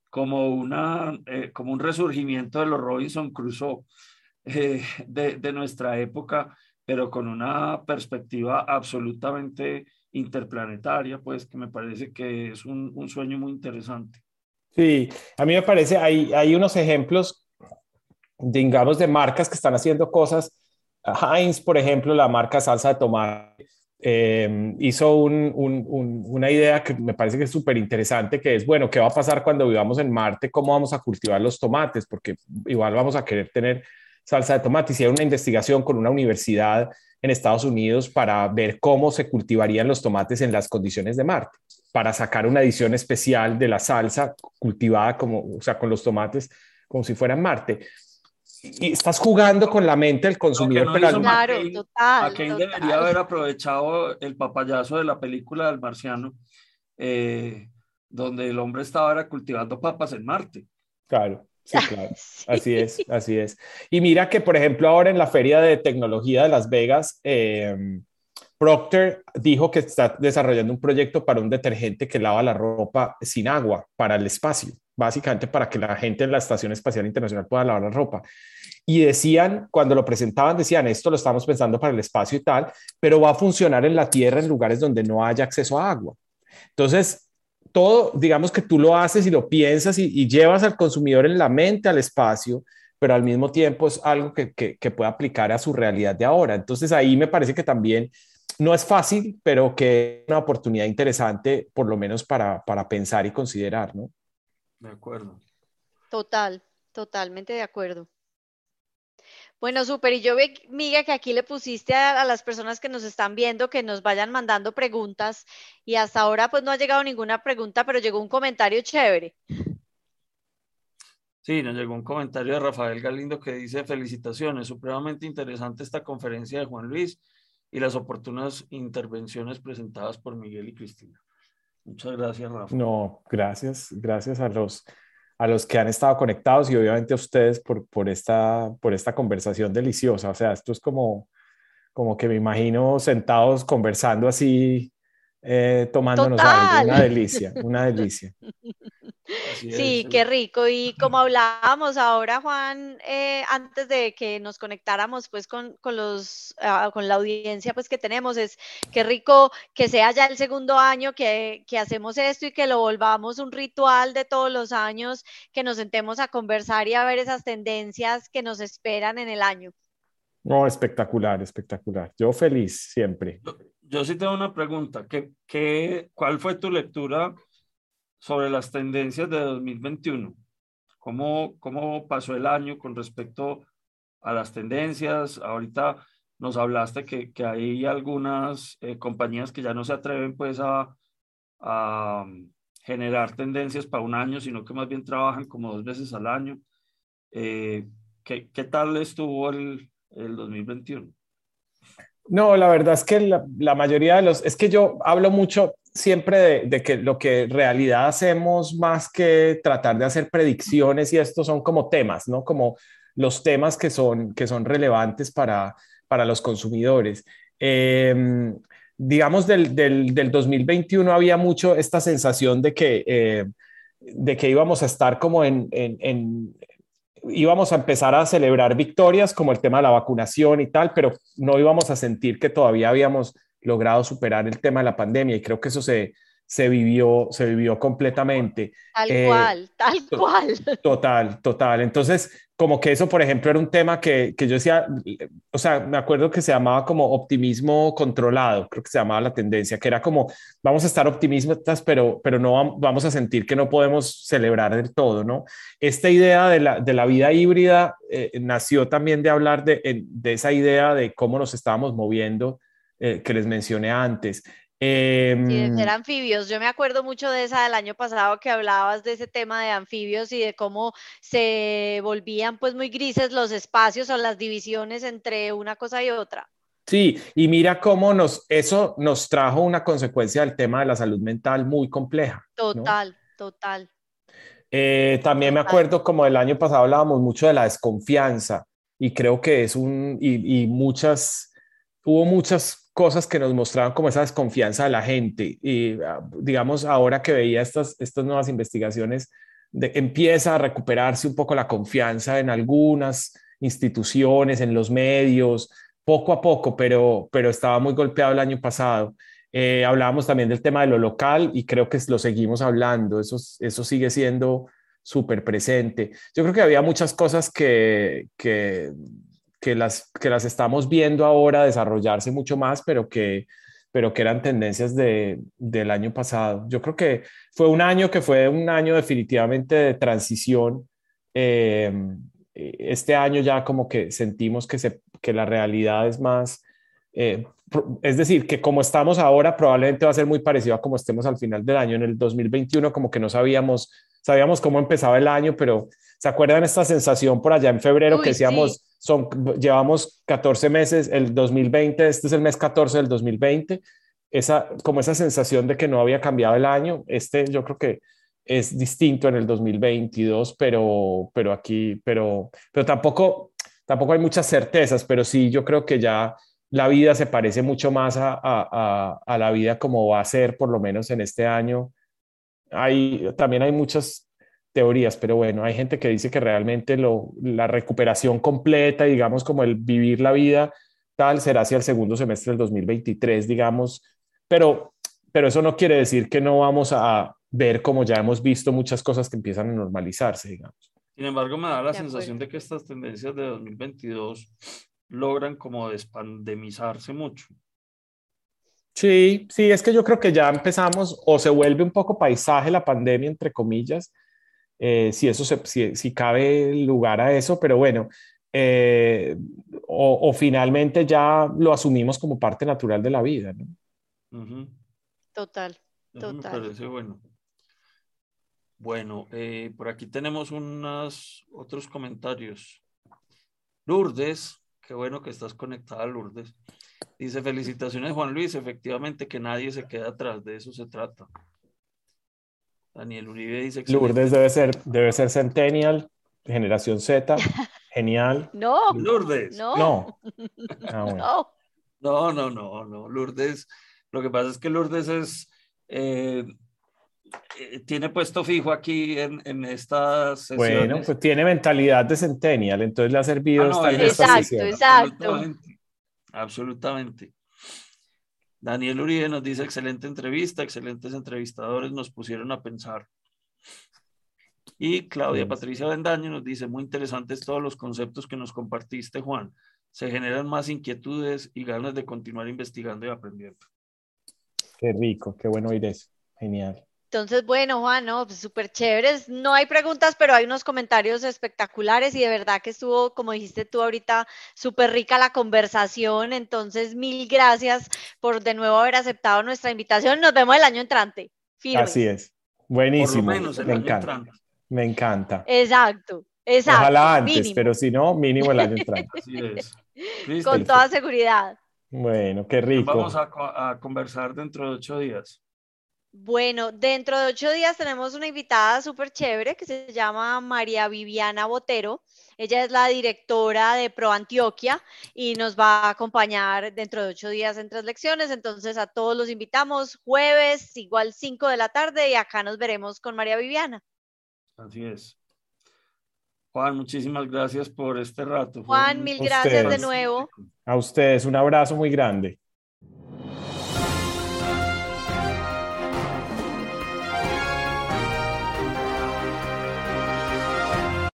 como un resurgimiento de los Robinson Crusoe de nuestra época, pero con una perspectiva absolutamente interplanetaria, pues que me parece que es un sueño muy interesante. Sí, a mí me parece, hay unos ejemplos, digamos, de marcas que están haciendo cosas. Heinz, por ejemplo, la marca salsa de tomate, hizo una idea que me parece que es súper interesante, que es, bueno, ¿qué va a pasar cuando vivamos en Marte? ¿Cómo vamos a cultivar los tomates? Porque igual vamos a querer tener salsa de tomate. Hicieron una investigación con una universidad en Estados Unidos para ver cómo se cultivarían los tomates en las condiciones de Marte, para sacar una edición especial de la salsa cultivada como, o sea, con los tomates como si fueran Marte. Y estás jugando con la mente del Lo que consumidor, no pero hizo al... Claro, McCain, total, McCain debería total. haber aprovechado el papayazo de la película del marciano, eh, donde el hombre estaba era cultivando papas en Marte. Claro, sí, claro. Sí. Así es, así es. Y mira que, por ejemplo, ahora en la Feria de Tecnología de Las Vegas, Procter dijo que está desarrollando un proyecto para un detergente que lava la ropa sin agua para el espacio, básicamente para que la gente en la Estación Espacial Internacional pueda lavar la ropa. Y decían, cuando lo presentaban, decían, esto lo estamos pensando para el espacio y tal, pero va a funcionar en la Tierra en lugares donde no haya acceso a agua. Entonces, todo, digamos que tú lo haces y lo piensas y llevas al consumidor en la mente al espacio, pero al mismo tiempo es algo que puede aplicar a su realidad de ahora. Entonces ahí me parece que también no es fácil, pero que es una oportunidad interesante, por lo menos para pensar y considerar, ¿no? De acuerdo. Total, totalmente de acuerdo. Bueno, súper. Y yo ve, Miguel, que aquí le pusiste a las personas que nos están viendo que nos vayan mandando preguntas y hasta ahora pues no ha llegado ninguna pregunta, pero llegó un comentario chévere. Sí, nos llegó un comentario de Rafael Galindo que dice: felicitaciones, supremamente interesante esta conferencia de Juan Luis y las oportunas intervenciones presentadas por Miguel y Cristina. Muchas gracias, Rafa. No, gracias, gracias a los que han estado conectados y obviamente a ustedes por esta conversación deliciosa. O sea, esto es como, como que me imagino sentados conversando así, tomándonos algo, Total. una delicia, una delicia. Así es. Sí, qué rico. Y como hablábamos ahora, Juan, antes de que nos conectáramos pues con la audiencia pues que tenemos, es qué rico que sea ya el segundo año que hacemos esto y que lo volvamos un ritual de todos los años, que nos sentemos a conversar y a ver esas tendencias que nos esperan en el año. No, espectacular, espectacular. Yo feliz siempre. Yo sí tengo una pregunta. ¿Cuál fue tu lectura sobre las tendencias de 2021? ¿Cómo pasó el año con respecto a las tendencias? Ahorita nos hablaste que hay algunas compañías que ya no se atreven pues a generar tendencias para un año, sino que más bien trabajan como 2 veces al año. Eh, ¿Qué tal estuvo el 2021? No, la verdad es que la mayoría de los, es que yo hablo mucho siempre de que lo que en realidad hacemos más que tratar de hacer predicciones y estos son como temas, ¿no? Como los temas que son relevantes para los consumidores. Eh, digamos, del 2021 había mucho esta sensación de que íbamos a estar como íbamos a empezar a celebrar victorias como el tema de la vacunación y tal, pero no íbamos a sentir que todavía habíamos logrado superar el tema de la pandemia y creo que eso se vivió completamente. Tal Eh, cual, tal cual. Total, total. Entonces, como que eso, por ejemplo, era un tema que yo decía, o sea, me acuerdo que se llamaba como optimismo controlado, creo que se llamaba la tendencia, que era como, vamos a estar optimistas, pero no vamos a sentir que no podemos celebrar del todo, ¿no? Esta idea de la vida híbrida nació también de hablar de esa idea de cómo nos estábamos moviendo, que les mencioné antes. Sí, de ser anfibios. Yo me acuerdo mucho de esa del año pasado que hablabas de ese tema de anfibios y de cómo se volvían pues muy grises los espacios o las divisiones entre una cosa y otra. Sí, y mira cómo eso nos trajo una consecuencia del tema de la salud mental muy compleja, ¿no? Total, total, También me total. acuerdo como el año pasado hablábamos mucho de la desconfianza y creo que y hubo muchas cosas que nos mostraban como esa desconfianza de la gente. Y digamos, ahora que veía estas nuevas investigaciones, empieza a recuperarse un poco la confianza en algunas instituciones, en los medios, poco a poco, pero estaba muy golpeado el año pasado. Hablábamos también del tema de lo local y creo que lo seguimos hablando, eso sigue siendo súper presente. Yo creo que había muchas cosas que las estamos viendo ahora desarrollarse mucho más, pero que eran tendencias del año pasado. Yo creo que fue un año definitivamente de transición. Eh, este año ya como que sentimos que la realidad es más... es decir, que como estamos ahora, probablemente va a ser muy parecido a como estemos al final del año. En el 2021, como que no sabíamos cómo empezaba el año, pero ¿se acuerdan esta sensación por allá en febrero que Uy, sí, decíamos, llevamos 14 meses, el 2020, este es el mes 14 del 2020, como esa sensación de que no había cambiado el año, yo creo que es distinto en el 2022, pero tampoco hay muchas certezas, pero sí, yo creo que ya la vida se parece mucho más a la vida como va a ser, por lo menos en este año. También hay muchas teorías, pero bueno, hay gente que dice que realmente la recuperación completa, digamos, como el vivir la vida tal, será hacia el segundo semestre del 2023, digamos, pero, pero eso no quiere decir que no vamos a ver, como ya hemos visto, muchas cosas que empiezan a normalizarse, digamos. Sin embargo, me da la de sensación acuerdo. de que estas tendencias de 2022 logran como despandemizarse mucho. Sí, sí, es que yo creo que ya empezamos o se vuelve un poco paisaje la pandemia, entre comillas, si si cabe lugar a eso, pero bueno, eh, o finalmente ya lo asumimos como parte natural de la vida, ¿no? Ujú. Total, Eso me total. parece bueno. Bueno, por aquí tenemos otros comentarios. Lourdes, qué bueno que estás conectada, Lourdes. Dice, felicitaciones, Juan Luis. Efectivamente, que nadie se queda atrás, de eso se trata. Daniel Uribe dice, excelente. Lourdes debe ser Centennial, generación Z, genial. No, Lourdes. no, No, bueno. no. No. Lourdes, lo que pasa es que Lourdes eh, tiene puesto fijo aquí en estas Bueno, sesiones. pues tiene mentalidad de Centennial, entonces le ha Ah, servido no, estar en ella estas sí, Exacto, sesiones. exacto. absolutamente, absolutamente. Daniel Uribe nos dice, excelente entrevista, excelentes entrevistadores, nos pusieron a pensar. Y Claudia Sí. Patricia Bendaño nos dice, muy interesantes todos los conceptos que nos compartiste, Juan. se generan más inquietudes y ganas de continuar investigando y aprendiendo. Qué rico, qué bueno oír eso. Genial. Entonces, bueno, Juan, no, pues súper chéveres. No hay preguntas, pero hay unos comentarios espectaculares y de verdad que estuvo, como dijiste tú ahorita, súper rica la conversación. Entonces, mil gracias por de nuevo haber aceptado nuestra invitación. Nos vemos el año entrante. Así Firmes. es. Por lo Buenísimo. menos el Me año encanta. entrante. Me encanta. Exacto, Ojalá exacto, antes, mínimo, pero si no, mínimo el año entrante. Así es. Cristi, con toda Perfecto. seguridad. Bueno, qué ¿quién vamos rico. a conversar dentro de 8 días? Bueno, dentro de 8 días tenemos una invitada súper chévere que se llama María Viviana Botero. Ella es la directora de Pro Antioquia y nos va a acompañar dentro de 8 días en 3 lecciones. Entonces a todos los invitamos jueves, igual 5 de la tarde y acá nos veremos con María Viviana. Así es. Juan, muchísimas gracias por este rato. Fue Juan, un mil A gracias de ustedes. nuevo. fantástico. A ustedes. Un abrazo muy grande.